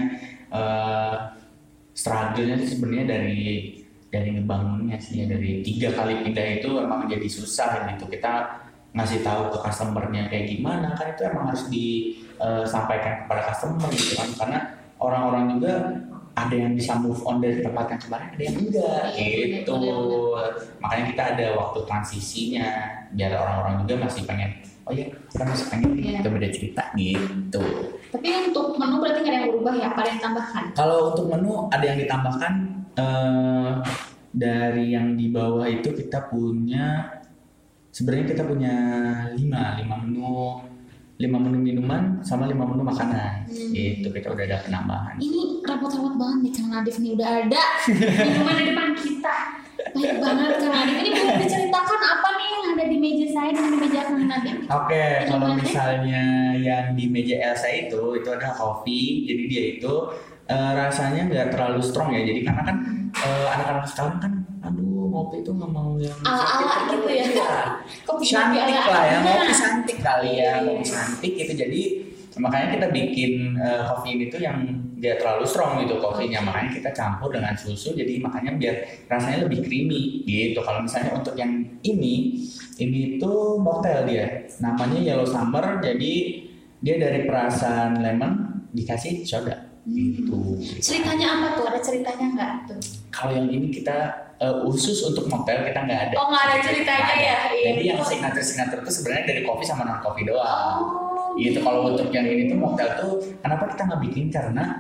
uh, struggle-nya sih sebenarnya dari dari ngebangunnya sih ya, dari tiga kali pindah itu emang jadi susah gitu. Kita ngasih tahu ke customer-nya kayak gimana kan itu emang harus disampaikan uh, kepada customer gitu kan, karena orang-orang juga ada yang bisa move on dari tempat yang kemarin, ada yang enggak gitu. Makanya kita ada waktu transisinya biar orang-orang juga masih pengen, oh iya kita masih pengen yeah. kita beda cerita gitu. Tapi untuk menu berarti nggak ada yang berubah ya, apa yang ditambahkan? Kalau untuk menu ada yang ditambahkan, uh, dari yang di bawah itu kita punya, sebenarnya kita punya lima, lima menu, lima menu minuman sama lima menu makanan. Hmm. Itu kita udah ada penambahan. Ini repot-repot banget nih Kang Nadif nih, udah ada minuman di depan kita. Baik banget Kang Nadif. Ini boleh diceritakan apa nih yang ada di meja saya dan di meja Kang Nadif? Oke, okay, kalau misalnya yang di meja Elsa itu, itu ada kopi. Jadi dia itu uh, rasanya nggak terlalu strong ya. Jadi karena kan uh, anak-anak sekarang kan, aduh ngopi itu nggak mau yang ala-ala gitu ya. Kopi cantik lah ya, ngopi cantik kali ya, ngopi cantik itu. Jadi makanya kita bikin uh, kopi ini tuh yang nggak terlalu strong gitu kopinya, makanya kita campur dengan susu. Jadi makanya biar rasanya lebih creamy gitu. Kalau misalnya untuk yang ini, ini tuh mocktail dia, namanya Yellow Summer. Jadi dia dari perasan lemon dikasih soda. Gitu. Ceritanya apa tuh? Ada ceritanya nggak tuh? Kalau yang ini kita uh, khusus untuk mocktail kita nggak ada. Oh nggak ada ceritanya ya? Jadi yang signature signature itu sebenarnya dari kopi sama non kopi doang. Oh. Gitu. Kalau untuk yang ini tuh mocktail tuh kenapa kita nggak bikin, karena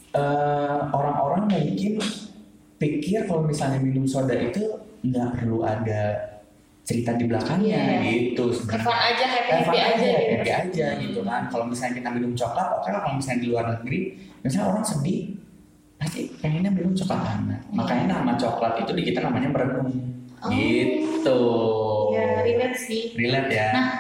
uh, orang-orang mungkin pikir kalau misalnya minum soda itu nggak perlu ada cerita di belakangnya, yeah. gitu sebenarnya. Fun aja, happy happy, happy aja, happy, happy aja gitu kan. Kalau misalnya kita minum coklat, oke lah. Kalau misalnya di luar negeri, misalnya orang sedih, pasti pengennya minum coklat hangat. Yeah. Makanya nama coklat itu di kita namanya merenung, oh. gitu. Ya relate sih. Relate ya. Nah,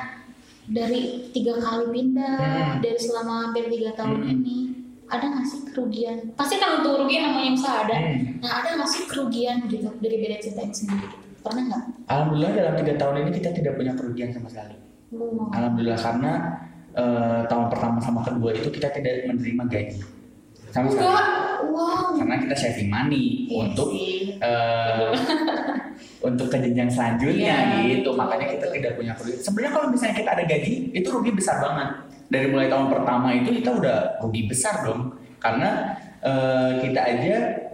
dari tiga kali pindah, hmm. dari selama hampir tiga tahun hmm. ini, ada nggak sih kerugian? Pasti kan untuk kerugian namanya usaha ada. Hmm. Nah, ada nggak sih kerugian gitu dari beda cerita ini sendiri? Gitu? Pernah nggak? Alhamdulillah dalam tiga tahun ini kita tidak punya kerugian sama sekali. Hmm. Alhamdulillah, karena uh, tahun pertama sama kedua itu kita tidak menerima gaji sama sekali. Wow. Karena kita saving money yes, untuk uh, untuk ke jenjang selanjutnya, yeah, gitu. Makanya kita tidak punya kerugian. Sebenarnya kalau misalnya kita ada gaji, itu rugi besar banget. Dari mulai tahun pertama itu kita udah rugi besar dong. Karena uh, kita aja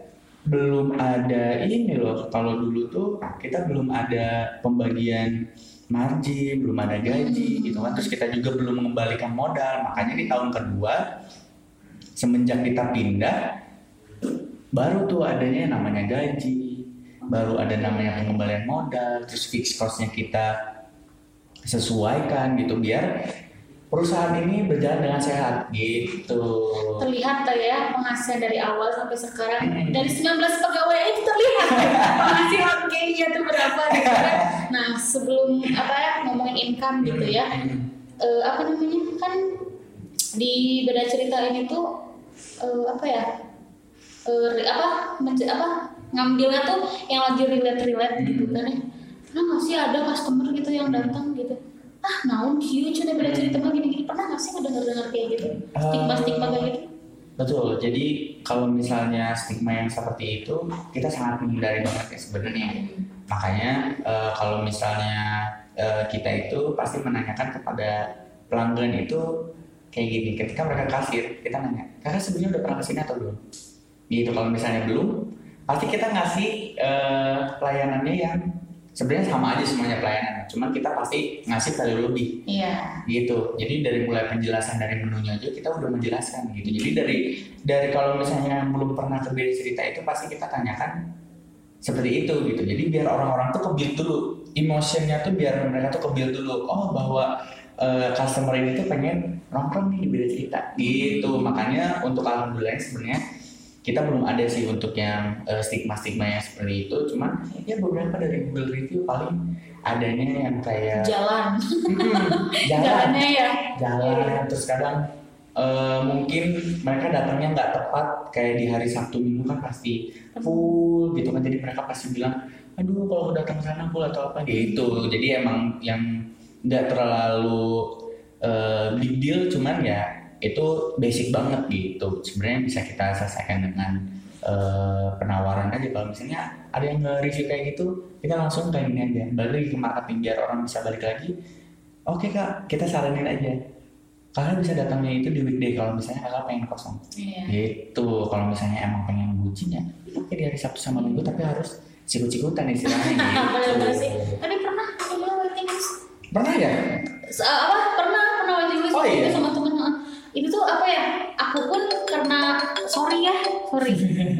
belum ada ini loh. Kalau dulu tuh kita belum ada pembagian margin, belum ada gaji, gitu kan. Terus kita juga belum mengembalikan modal. Makanya di tahun kedua semenjak kita pindah, baru tuh adanya namanya gaji, baru ada namanya pengembalian modal, terus fixed cost-nya kita sesuaikan gitu biar perusahaan ini berjalan dengan sehat gitu. Terlihat tuh ya penghasilan dari awal sampai sekarang, hmm. dari sembilan belas pegawai itu terlihat penghasilan kayaknya tuh berapa gitu kan. Nah sebelum apa ya ngomongin income gitu ya, uh, apa namanya kan di beda cerita ini tuh uh, apa ya uh, apa menj- apa ngambilnya tuh yang lagi relate-relate gitu kan ya. Pernah nggak sih ada customer gitu yang datang gitu, ah naon kieu cenah beda cerita mah gini-gini, pernah nggak sih ngedengar-dengar kayak gitu stigma-stigma kayak gitu? Betul, jadi kalau misalnya stigma yang seperti itu kita sangat menghindari banget ya sebenarnya. Makanya uh, kalau misalnya uh, kita itu pasti menanyakan kepada pelanggan itu kayak gini, ketika mereka kasir kita nanya, kakak sebenarnya udah pernah kesini atau belum? Gitu. Kalau misalnya belum, pasti kita ngasih uh, pelayanannya yang sebenarnya sama aja semuanya pelayanan, cuman kita pasti ngasih value lebih. Iya. Gitu. Jadi dari mulai penjelasan dari menunya aja kita udah menjelaskan gitu. Jadi dari dari kalau misalnya yang belum pernah ke beda cerita itu pasti kita tanyakan seperti itu gitu. Jadi biar orang-orang tuh ke-build dulu, emotionnya tuh biar mereka tuh ke-build dulu. Oh bahwa uh, customer ini tuh pengen nongkrong nih di beda cerita gitu. Makanya untuk alhamdulillah sebenarnya kita belum ada sih untuk yang uh, stigma-stigma yang seperti itu, cuman ya beberapa dari Google review paling adanya yang kayak jalan hmm, jalan jalannya ya jalan terus kadang uh, mungkin mereka datangnya nggak tepat kayak di hari Sabtu Minggu kan pasti full gitu kan, jadi mereka pasti bilang aduh kalau datang ke sana full atau apa gitu. Jadi emang yang nggak terlalu uh, big deal, cuman ya itu basic banget gitu. Sebenarnya bisa kita selesaikan dengan uh, penawaran aja. Kalau misalnya ada yang nge-review kayak gitu, kita langsung kayak gini aja, balik lagi ke marketing biar orang bisa balik lagi. Oke kak, kita saranin aja, kalian bisa datangnya itu di weekday kalau misalnya kakak pengen kosong. Iya. Gitu. Kalau misalnya emang pengen bucin ya, oke di hari Sabtu sama Minggu, tapi harus sikut-sikutan istilahnya gitu. Bener sih. Tapi pernah aku bilang waiting list. Pernah ya? Se- apa pernah pernah waiting list Oh, iya? sama temen. Heeh. Itu tuh apa ya? Aku pun karena sorry ya, sorry.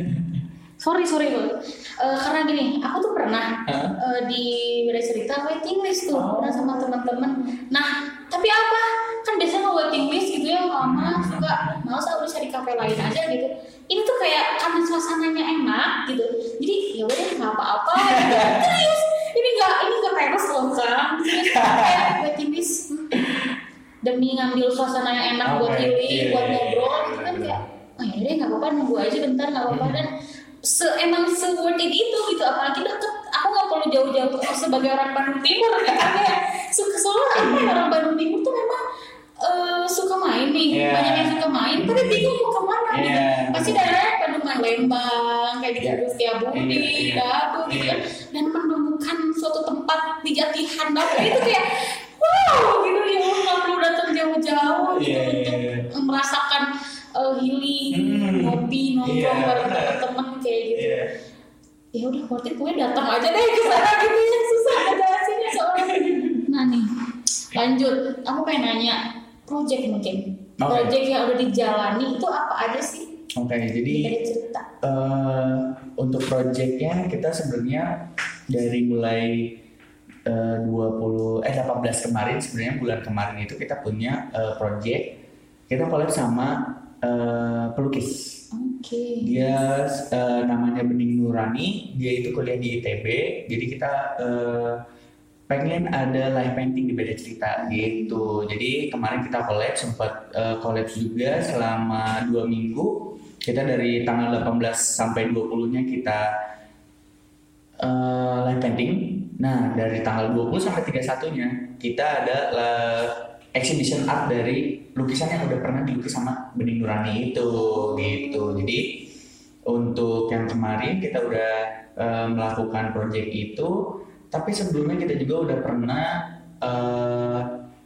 sorry sorry loh. Uh, karena gini, aku tuh pernah Huh? uh, di beda cerita waiting list tuh Oh. pernah sama teman-teman. Nah, tapi apa? Kan biasanya kalau waiting list gitu ya lama suka malas aku cari kafe lain aja gitu. Ini tuh kayak karena suasananya enak gitu. Jadi ya udah nggak apa-apa. Gitu. Serius, ini nggak ini nggak peres loh kan. Serius kayak waiting list demi ngambil suasana yang enak buat Okay, healing, iya, buat iya, ngobrol iya, gitu kan iya. kayak oh ya deh nggak apa-apa nunggu aja bentar nggak apa-apa dan se emang se worth it itu gitu, apalagi deket aku nggak perlu jauh-jauh sebagai orang Bandung Timur gitu kayak suka soalnya apa ya, orang Bandung Timur tuh memang eh, suka main nih, Yeah. banyak yang suka main tapi bingung mau kemana gitu, Yeah. pasti daerahnya Bandung main Lembang kayak gitu, Yeah. Setiabudi, Yeah, yeah. Dabu gitu kan, Yeah. dan menemukan suatu tempat di Jati Handap itu kayak wow gitu ya, nggak perlu datang jauh-jauh gitu Yeah, yeah, untuk yeah. merasakan uh, healing, Hmm. ngopi, nongkrong Yeah, bareng benar. teman-teman kayak gitu. Iya. Ya udah worth it, gue datang aja deh ke sana gitu ya, susah ngejelasinnya soalnya. Nah nih, lanjut. Aku pengen nanya project mungkin. Oke. Project yang udah dijalani itu apa aja sih? Oke, jadi Bisa cerita. eh, untuk projectnya kita sebenarnya dari mulai eh, dua puluh eh delapan belas kemarin, sebenarnya bulan kemarin itu kita punya eh, project, kita collab sama eh, pelukis. Oke. Dia eh, namanya Bening Nurani, dia itu kuliah di I T B, jadi kita eh, pengen ada live painting di Beda Cerita gitu. Jadi kemarin kita collab, sempat eh, collab juga selama dua minggu. Kita dari tanggal delapan belas sampai dua puluh-nya kita eh, live painting. Nah, dari tanggal dua puluh sampai tiga puluh satu-nya kita ada eh, exhibition art dari lukisan yang udah pernah dilukis sama Bening Nurani itu gitu. Jadi untuk yang kemarin kita udah eh, melakukan project itu, tapi sebelumnya kita juga udah pernah eh,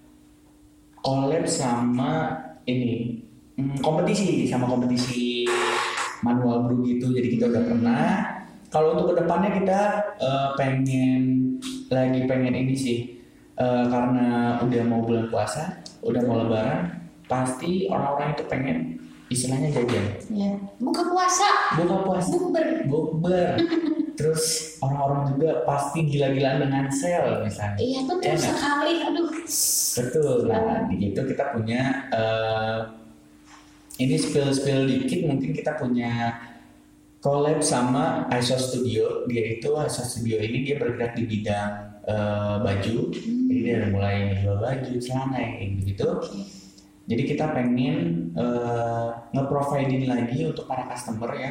collab sama ini hmm, kompetisi sama kompetisi manual brew gitu. Jadi kita udah pernah. Kalau untuk kedepannya kita eh, pengen lagi pengen ini sih, eh, karena udah mau bulan puasa, udah mau lebaran, pasti orang-orang itu pengen istilahnya jajan. Ya. Buka puasa. Buka puasa, Bukber. bukber. Terus orang-orang juga pasti gila-gilaan dengan sale misalnya. Iya betul Enak. sekali. Aduh. Betul. Nah, di situ kita punya eh, ini spill-spill dikit, mungkin kita punya collab sama I S O Studio. Dia itu I S O Studio ini dia bergerak di bidang eh, baju. Jadi dia dari mulai jual baju, celana yang kayak gitu. Jadi kita pengen eh, nge-providing lagi untuk para customer yang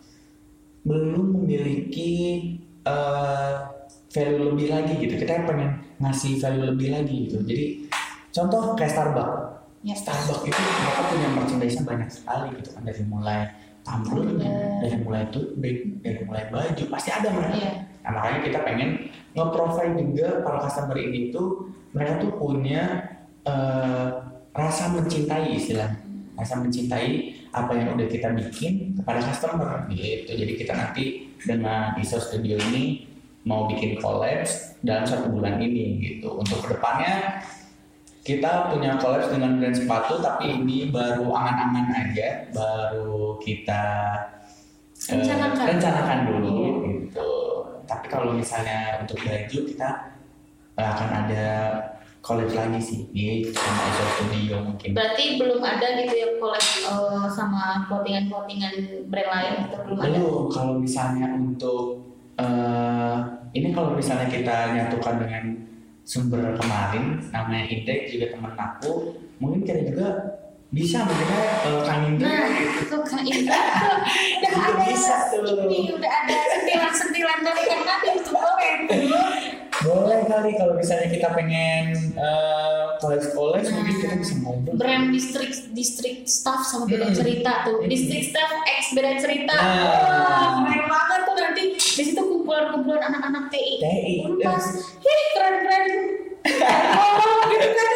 belum memiliki eh, value lebih lagi gitu. Kita pengen ngasih value lebih lagi gitu. Jadi contoh kayak Starbucks. Ya. Starbucks itu mereka punya merchandise banyak sekali gitu kan, dari mulai tumblernya, Iya. dari mulai tote bag, dari mulai baju, pasti ada mereka. Iya. Nah, makanya kita pengen nge-provide juga para customer ini tuh mereka tuh punya eh, rasa mencintai istilahnya, rasa mencintai apa yang udah kita bikin kepada customer gitu. Jadi kita nanti dengan I S O Studio ini mau bikin collab dalam satu bulan ini gitu. Untuk kedepannya kita punya collab dengan brand sepatu, tapi ini baru angan-angan aja, baru kita eh, Rencanakan. rencanakan dulu Iya. gitu. Tapi kalau misalnya untuk baju kita eh, akan ada collab lagi sih gitu sama I S O Studio mungkin. Berarti belum ada gitu ya collab uh, sama clothingan-clothingan brand lain gitu belum ada. Belum, kalau misalnya untuk uh, ini kalau misalnya kita nyatukan dengan sumber kemarin namanya Indek juga teman aku, mungkin kita juga bisa makanya uh, Kang Indra nah itu Kang Indra tuh udah ada bisa tuh. Ini udah ada sentilan-sentilan dari Kang Nabi itu boleh boleh kali kalau misalnya kita pengen uh, collab-collab nah, mungkin kita bisa ngobrol brand distrik distrik staff sama beda hmm. cerita tuh distrik staff X beda cerita nah. Wah keren banget tuh nanti di situ kumpulan-kumpulan anak-anak T I T I pas ih keren-keren oh gitu kan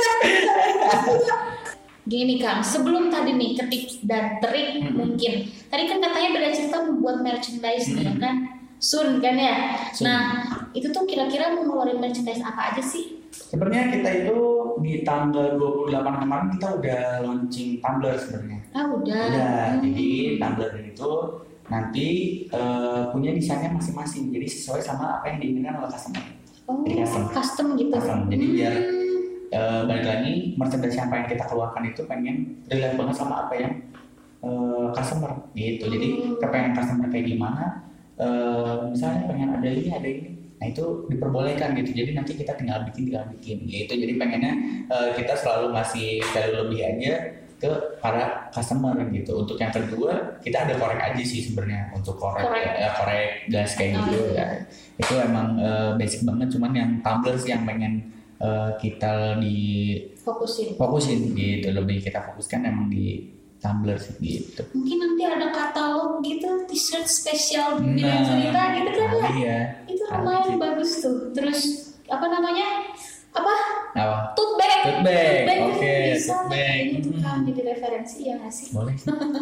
gini Kang, sebelum tadi nih ketik dan trik hmm. mungkin tadi kan katanya beda cerita membuat merchandise hmm. nih kan Sun kan ya Sun. Nah itu tuh kira-kira mau ngeluarin merchandise apa aja sih? Sebenarnya kita itu di tanggal dua puluh delapan kemarin kita udah launching tumbler sebenarnya. Ah udah. Udah, hmm. jadi tumbler itu nanti uh, punya desainnya masing-masing, jadi sesuai sama apa yang diinginkan oleh customer. Oh, jadi custom. Custom gitu. Custom. Jadi hmm. biar uh, balik lagi merchandise yang pengen kita keluarkan itu pengen relate banget sama apa yang uh, customer gitu. Jadi hmm. kepengen customer kayak gimana, uh, misalnya pengen ada ini ada ini. Nah itu diperbolehkan gitu, jadi nanti kita tinggal bikin tinggal bikin gitu. Jadi pengennya uh, kita selalu ngasih value lebih aja ke para customer gitu. Untuk yang kedua kita ada korek aja sih sebenarnya untuk korek korek, ya, korek gas kayak gitu oh. ya. Itu emang uh, basic banget, cuman yang tumbler sih yang pengen uh, kita di fokusin fokusin gitu, lebih kita fokuskan emang di tumbler sih gitu. Mungkin nanti ada katalog gitu, t-shirt spesial beda nah, cerita gitu kan ya. Iya. Itu lumayan bagus tuh. Terus apa namanya? Apa? Apa? Tote bag. Tote bag. Oke, okay, tote bag. Ini tuh kan jadi referensi ya nggak sih? Boleh.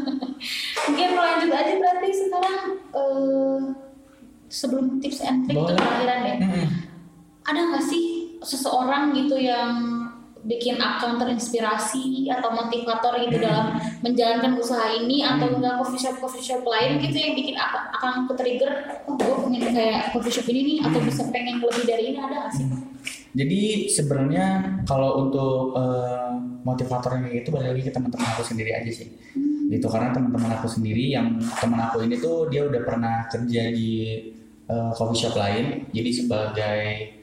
Mungkin lanjut aja berarti sekarang uh, sebelum tips and trick terakhiran deh. Hmm. Ada nggak sih seseorang gitu yang bikin akun terinspirasi atau motivator gitu hmm. dalam menjalankan usaha ini hmm. atau enggak coffee shop coffee shop lain gitu yang bikin akun ke-trigger oh gue pengen kayak coffee shop ini nih hmm. atau bisa pengen lebih dari ini ada nggak sih? Hmm. Jadi sebenarnya kalau untuk uh, motivatornya itu balik lagi ke teman-teman aku sendiri aja sih hmm. gitu, karena teman-teman aku sendiri yang teman aku ini tuh dia udah pernah kerja di uh, coffee shop lain, jadi sebagai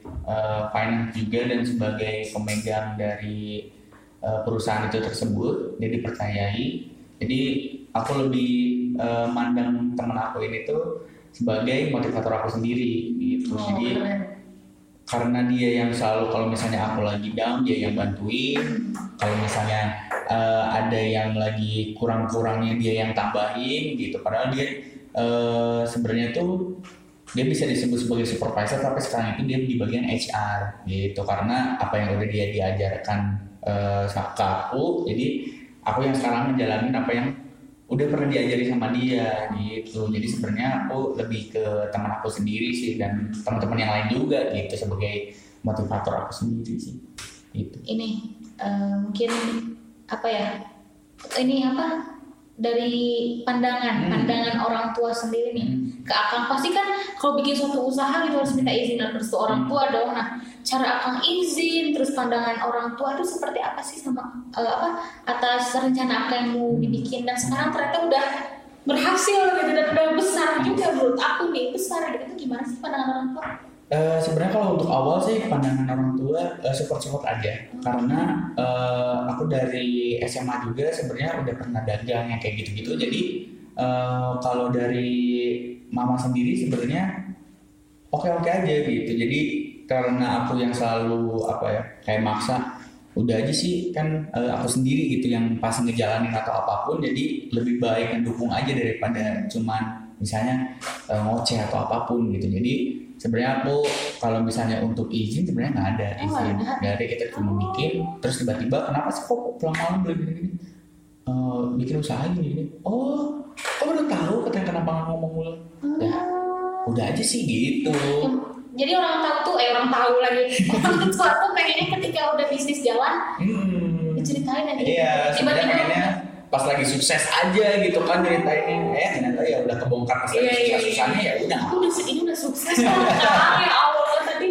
Uh, finance juga dan sebagai pemegang dari uh, perusahaan itu tersebut, dia dipercayai. Jadi aku lebih uh, mandang teman aku ini tuh sebagai motivator aku sendiri gitu. Oh, jadi keren. Karena dia yang selalu kalau misalnya aku lagi down dia yang bantuin, kalau misalnya uh, ada yang lagi kurang-kurangnya dia yang tambahin gitu. Padahal dia uh, sebenarnya tuh dia bisa disebut sebagai supervisor, tapi sekarang itu dia di bagian H R gitu, karena apa yang udah dia diajarkan uh, ke aku, jadi aku yang sekarang ngejalanin apa yang udah pernah diajari sama dia gitu. Jadi sebenarnya aku lebih ke teman aku sendiri sih dan teman-teman yang lain juga gitu sebagai motivator aku sendiri sih gitu. Ini uh, mungkin apa ya ini apa dari pandangan hmm. pandangan orang tua sendiri nih hmm. ke Akang, pasti kan kalau bikin suatu usaha gitu harus minta izin dan restu orang tua dong. Nah cara Akang izin terus pandangan orang tua itu seperti apa sih sama uh, apa atas rencana Akang yang mau dibikin dan sekarang ternyata udah berhasil gitu dan udah besar juga menurut aku nih besar gitu. Itu gimana sih pandangan orang tua? Uh, sebenarnya kalau untuk awal sih pandangan orang tua uh, support-support aja hmm. karena uh, aku dari S M A juga sebenarnya udah pernah dagang yang kayak gitu-gitu. Jadi uh, kalau dari mama sendiri sebenarnya oke-oke aja gitu. Jadi karena aku yang selalu apa ya kayak maksa udah aja sih kan uh, aku sendiri gitu yang pas ngejalanin atau apapun, jadi lebih baik mendukung aja daripada cuman misalnya uh, ngoceh atau apapun gitu. Jadi sebenarnya aku kalau misalnya untuk izin sebenarnya nggak ada izin, nggak ada. Kita cuma bikin terus tiba-tiba kenapa sih kok pulang malam beli gini-gini uh, bikin usaha gini-gini, oh kamu udah tahu katanya kenapa nggak ngomong mulu ya udah aja sih gitu. Jadi orang tahu tuh eh orang tahu lagi orang tua tuh pengennya ketika udah bisnis jalan hmm. diceritain aja iya sebenarnya pengennya pas lagi sukses aja gitu kan ceritainnya, eh ternyata ya udah kebongkar pas lagi iya, susah-susahnya ya udah. Aku udah ini udah sukses kan, ya Allah tadi mungkin bisa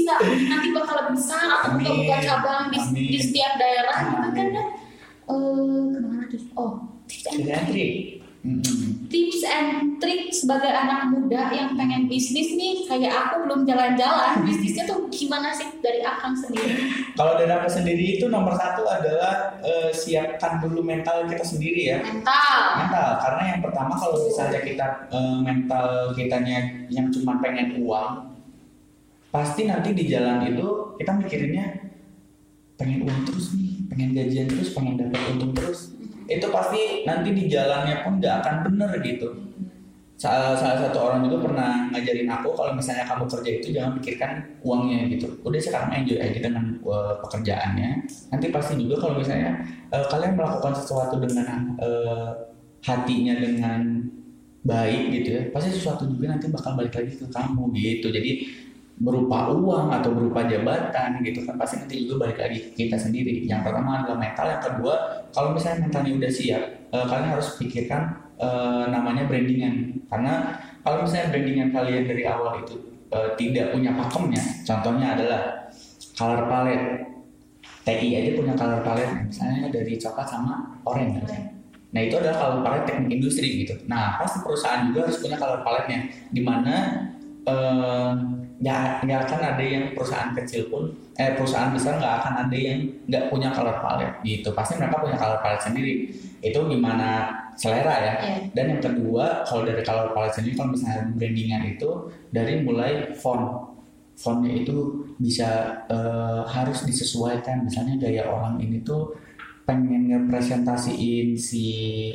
bisa nanti bakal lebih besar atau buka buka cabang di, di setiap daerah gitu kan ya. Uh, kemana lagi? Oh, tips and trick. Mm-hmm. Tips and trick sebagai anak muda yang pengen bisnis nih, kayak aku belum jalan-jalan, bisnisnya tuh gimana sih dari Akang sendiri? Kalau dari aku sendiri itu nomor satu adalah uh, siapkan dulu mental kita sendiri ya. Mental. Mental, karena yang pertama kalau misalnya kita uh, mental kitanya yang cuma pengen uang, pasti nanti di jalan itu kita mikirinnya pengen uang terus nih, pengen gajian terus, pengen dapat untung terus. Itu pasti nanti di jalannya pun nggak akan bener gitu. Salah, salah satu orang juga pernah ngajarin aku kalau misalnya kamu kerja itu jangan pikirkan uangnya gitu. Udah sekarang enjoy aja dengan uh, pekerjaannya. Nanti pasti juga kalau misalnya uh, kalian melakukan sesuatu dengan uh, hatinya dengan baik gitu ya, pasti sesuatu juga nanti bakal balik lagi ke kamu gitu. Jadi berupa uang atau berupa jabatan gitu kan pasti nanti juga balik lagi ke kita sendiri. Yang pertama adalah mental, yang kedua kalau misalnya mentalnya udah siap, uh, kalian harus pikirkan uh, namanya brandingan. Karena kalau misalnya brandingan kalian dari awal itu uh, tidak punya pakemnya, contohnya adalah color palette. T I aja punya color palette, misalnya dari coklat sama oranye. Nah itu adalah color palette teknik industri gitu. Nah pasti perusahaan juga harus punya color palette-nya, dimana uh, nggak nggak akan ada yang perusahaan kecil pun eh perusahaan besar nggak akan ada yang nggak punya color palette gitu. Pasti mereka punya color palette sendiri. Itu gimana selera ya. Yeah. Dan yang kedua kalau dari color palette sendiri, kalau misalnya brandingan itu dari mulai font fontnya itu bisa uh, harus disesuaikan. Misalnya gaya orang ini tuh pengen ngepresentasiin si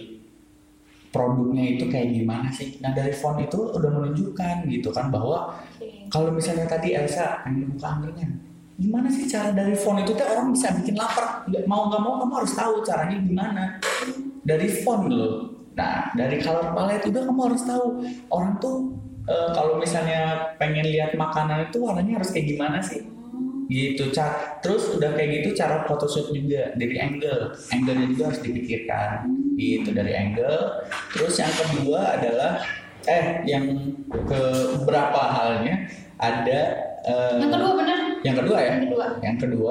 produknya itu kayak gimana sih. Nah dari font itu udah menunjukkan gitu kan bahwa okay. Kalau misalnya tadi Elsa pengen buka angkringan, gimana sih cara dari font itu tuh orang bisa bikin lapar. Nggak mau nggak mau kamu harus tahu caranya gimana dari font loh. Nah dari color palette juga kamu harus tahu orang tuh e, kalau misalnya pengen lihat makanan itu warnanya harus kayak gimana sih gitu. Terus udah kayak gitu cara photoshoot juga dari angle, angle-nya juga harus dipikirkan gitu dari angle. Terus yang kedua adalah eh yang ke berapa halnya ada uh, yang kedua benar yang kedua ya yang kedua yang kedua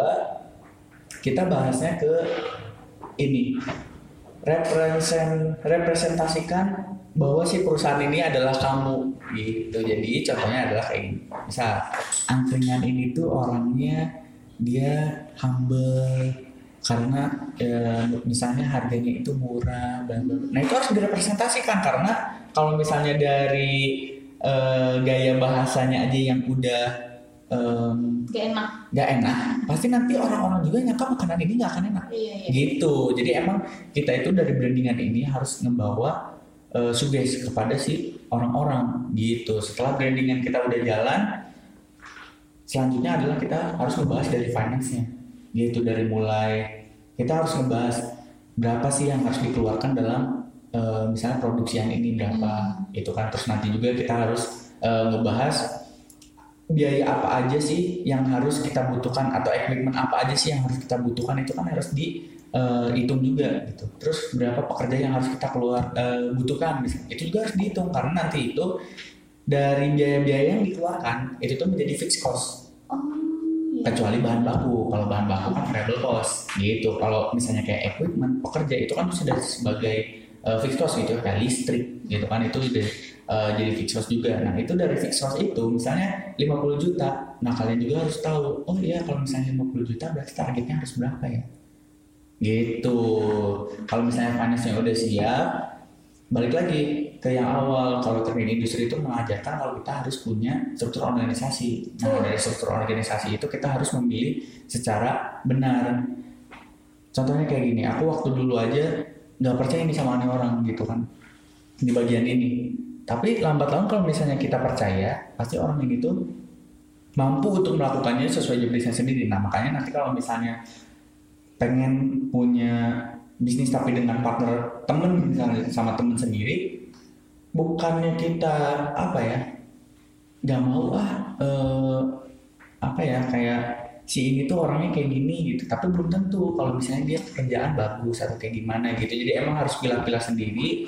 kita bahasnya ke ini represent representasikan bahwa si perusahaan ini adalah kamu gitu. Jadi contohnya adalah kayak gini, misal angkringan ini tuh orangnya dia humble karena e, misalnya harganya itu murah dan nah itu harus direpresentasikan. Karena kalau misalnya dari e, gaya bahasanya aja yang udah um, gak enak gak enak pasti nanti orang-orang juga nyangka makanan ini gak akan enak. iya, iya. Gitu. Jadi emang kita itu dari brandingan ini harus ngebawa uh, sugesti kepada si orang-orang gitu. Setelah brandingan kita udah jalan, selanjutnya adalah kita harus ngebahas dari finance-nya gitu. Dari mulai kita harus ngebahas berapa sih yang harus dikeluarkan dalam uh, misalnya produksian ini berapa hmm. gitu kan. Terus nanti juga kita harus uh, ngebahas biaya apa aja sih yang harus kita butuhkan atau equipment apa aja sih yang harus kita butuhkan. Itu kan harus dihitung uh, juga gitu. Terus berapa pekerja yang harus kita keluar uh, butuhkan misalnya. Itu juga harus dihitung karena nanti itu dari biaya-biaya yang dikeluarkan itu tuh menjadi fixed cost. Oh, iya. Kecuali bahan baku. Kalau bahan baku kan variable cost gitu. Kalau misalnya kayak equipment pekerja itu kan sudah sebagai uh, fixed cost gitu, kayak listrik gitu kan itu udah uh, jadi fixed cost juga. Nah itu dari fixed cost itu misalnya lima puluh juta. Nah kalian juga harus tahu, oh iya kalau misalnya lima puluh juta berarti targetnya harus berapa ya gitu. Kalau misalnya finance-nya udah siap, balik lagi ke yang awal, kalau teknik industri itu mengajarkan kalau kita harus punya struktur organisasi. Nah dari struktur organisasi itu kita harus memilih secara benar. Contohnya kayak gini, aku waktu dulu aja nggak percaya nih sama orang gitu kan di bagian ini. Tapi lambat laun kalau misalnya kita percaya, pasti orang ini tuh mampu untuk melakukannya sesuai jobdesknya sendiri. Nah makanya nanti kalau misalnya pengen punya bisnis tapi dengan partner temen misalnya sama temen sendiri, bukannya kita apa ya nggak mau ah eh, apa ya kayak si ini tuh orangnya kayak gini gitu, tapi belum tentu kalau misalnya dia pekerjaan bagus atau kayak gimana gitu. Jadi emang harus pilah-pilah sendiri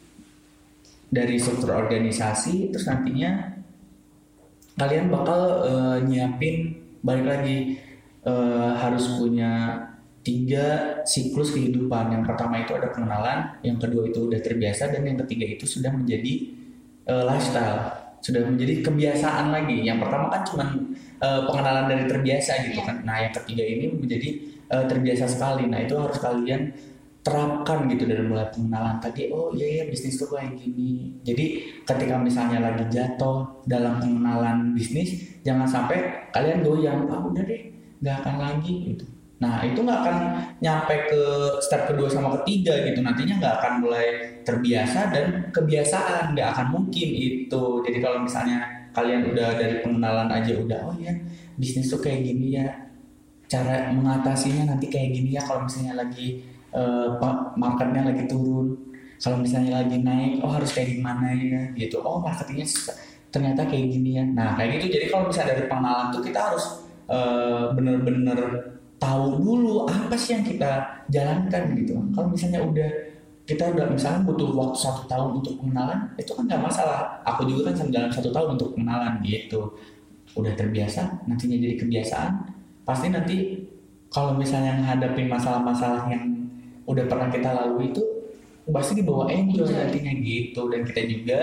dari struktur organisasi. Terus nantinya kalian bakal uh, nyiapin balik lagi uh, harus punya tiga siklus kehidupan. Yang pertama itu ada pengenalan, yang kedua itu udah terbiasa, dan yang ketiga itu sudah menjadi uh, lifestyle, sudah menjadi kebiasaan lagi. Yang pertama kan cuma uh, pengenalan dari terbiasa gitu kan. Nah yang ketiga ini menjadi uh, terbiasa sekali. Nah itu harus kalian terapkan gitu dari mulai pengenalan tadi. Oh iya ya, bisnis tuh kayak gini. Jadi ketika misalnya lagi jatuh dalam pengenalan bisnis, jangan sampai kalian goyang, ah udah deh nggak akan lagi gitu. Nah itu nggak akan nyampe ke step kedua sama ketiga gitu. Nantinya nggak akan mulai terbiasa dan kebiasaan, nggak akan mungkin itu. Jadi kalau misalnya kalian udah dari pengenalan aja udah, oh ya bisnis tuh kayak gini ya, cara mengatasinya nanti kayak gini ya. Kalau misalnya lagi Uh, marketnya lagi turun, kalau misalnya lagi naik, oh harus kayak gimana ya gitu. Oh marketingnya ternyata kayak gini ya. Nah kayak gitu. Jadi kalau misalnya dari pengenalan tuh kita harus uh, bener-bener tahu dulu apa sih yang kita jalankan gitu. Kalau misalnya udah kita udah misalnya butuh waktu satu tahun untuk pengenalan, itu kan nggak masalah. Aku juga kan dalam satu tahun untuk pengenalan gitu. Udah terbiasa, nantinya jadi kebiasaan. Pasti nanti kalau misalnya menghadapi masalah-masalah yang udah pernah kita lalui itu pasti dibawa enjoy nantinya gitu. Dan kita juga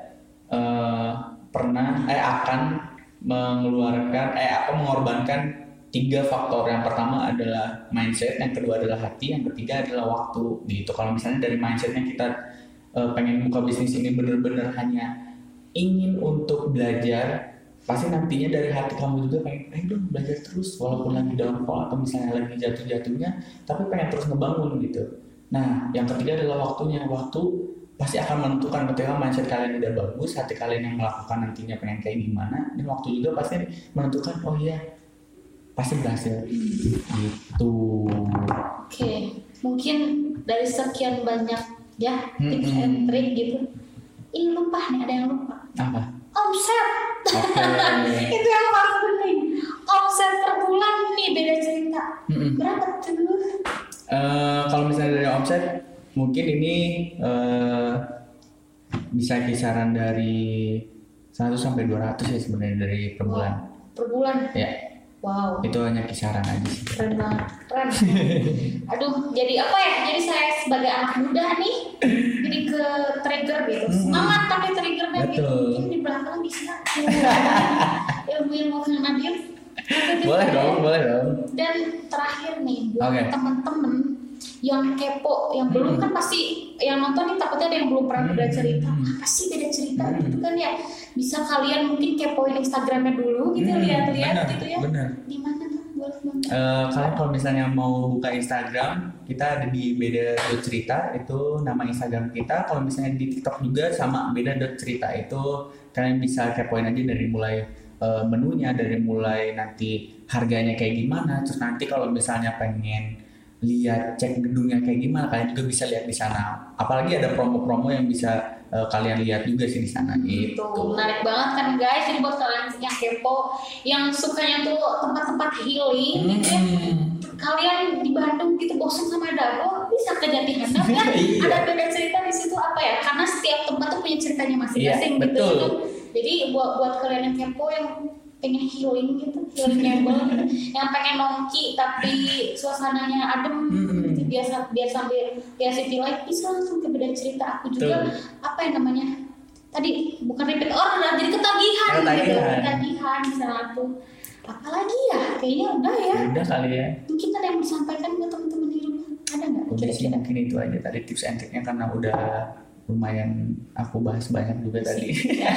uh, pernah eh akan mengeluarkan eh apa mengorbankan tiga faktor. Yang pertama adalah mindset, yang kedua adalah hati, yang ketiga adalah waktu gitu. Kalau misalnya dari mindsetnya kita uh, pengen buka bisnis ini bener-bener hanya ingin untuk belajar, pasti nantinya dari hati kamu juga pengen, pengen dong belajar terus walaupun lagi downfall atau misalnya lagi jatuh-jatuhnya, tapi pengen terus ngebangun gitu. Nah yang ketiga adalah waktunya. Waktu pasti akan menentukan. Ketika mindset kalian udah bagus, hati kalian yang melakukan nantinya pengen kayak gimana, dan waktu juga pasti menentukan. Oh iya pasti berhasil gitu. Oke, mungkin dari sekian banyak ya tips hmm, and trick gitu, ini lupa nih, ada yang lupa. Apa? Omset. Okay. Itu yang paling penting. Omset per bulan nih beda cerita. Mm-mm. Berapa tuh? Uh, kalau misalnya dari omset, mungkin ini uh, bisa kisaran dari seratus sampai dua ratus ya sebenarnya dari per bulan. Wow. Per bulan? Ya. Wow. Itu hanya kisaran aja sih. Keren banget. Keren. Aduh, jadi apa ya? Jadi saya sebagai anak muda nih, jadi ke trigger gitu. Semangat hmm. tapi triggernya gitu. Mungkin di belakang bisa ilmu-ilmu Kang Nadir. Boleh dong, boleh dong. Dan terakhir nih, buat okay. teman-teman yang kepo, yang belum hmm. kan pasti yang nonton nih takutnya ada yang belum pernah beda cerita. Apa sih beda cerita hmm. gitu kan ya? Bisa kalian mungkin kepoin Instagramnya dulu gitu, hmm, lihat-lihat bener, gitu ya. Bener. Di mana tuh? Boleh banget. Uh, kalian kalau misalnya mau buka Instagram, kita ada di beda dot cerita, itu nama Instagram kita. Kalau misalnya di TikTok juga sama beda dot cerita, itu kalian bisa kepoin aja dari mulai uh, menunya, dari mulai nanti harganya kayak gimana. Terus nanti kalau misalnya pengen lihat cek gedungnya kayak gimana, kalian juga bisa lihat di sana. Apalagi ada promo-promo yang bisa uh, kalian lihat juga sih di sana gitu. Tuh, menarik banget kan guys. Jadi buat kalian yang kepo, yang sukanya tuh tempat-tempat healing gitu ya. Kalian di Bandung gitu bosan sama Dago, bisa ke Jati Handap kan? Ada beda cerita di situ apa ya? Karena setiap tempat tuh punya ceritanya masing-masing iya, gitu. Betul. Gitu. Jadi buat buat kalian yang kepo, yang pengen healing gitu, healingable gitu, yang pengen nongki tapi suasananya adem, mm-hmm. gitu, biasa biar sambil biar city light bisa langsung ke beda cerita. Aku juga Tuh. apa yang namanya tadi bukan repeat order, jadi ketagihan, ketagihan. gitu, ketagihan misalnya tuh. Apalagi ya, kayaknya udah ya. Udah kali ya. Mungkin ada yang disampaikan buat teman-teman di rumah, ada nggak? Udah sih mungkin itu aja tadi tips and triknya, karena udah lumayan aku bahas banyak juga tadi.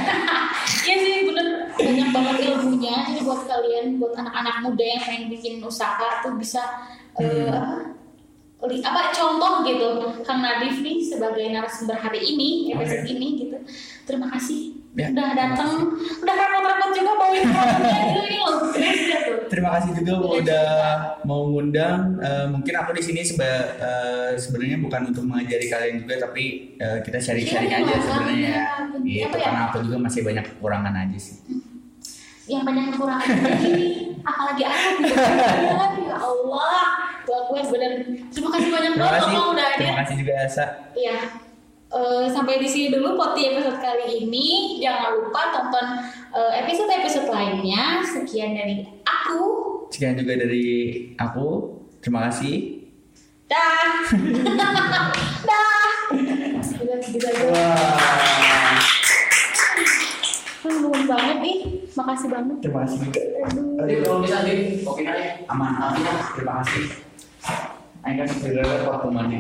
Iya sih bener, banyak banget ilmunya. Jadi buat kalian, buat anak-anak muda yang pengen bikin usaha tuh bisa hmm. uh, apa contoh gitu. Kang Nadif nih sebagai narasumber hari ini, episode okay. ini gitu. Terima kasih ya, udah datang, udah repot-repot juga bawain produknya ini loh. Terima kasih juga udah mau ngundang. Uh, mungkin aku di sini seba, uh, sebenarnya bukan untuk mengajari kalian juga, tapi uh, kita sharing-sharing ya, aja sebenarnya. Ya. Gitu, karena aku juga masih banyak kekurangan aja sih. Yang banyak kekurangan ini, apalagi aku gitu. Ya Allah, buat gue bener. Terima kasih banyak banget kamu udah ada. Terima kasih juga Elsa. Iya. Uh, sampai di sini dulu Poti episode kali ini. Jangan lupa tonton uh, episode-episode lainnya. Sekian dari aku aku. Sekian juga dari aku. Terima kasih. Dah. Dah. Udah gitu aja. Wah. Belum banget nih. Makasih banget. Terima kasih juga. Aduh. Tadi belum bisa di oke aja. Aman. Aman. Terima kasih. Ayo kan segera waktu mandi.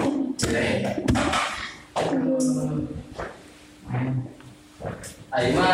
Ayo. Ayo.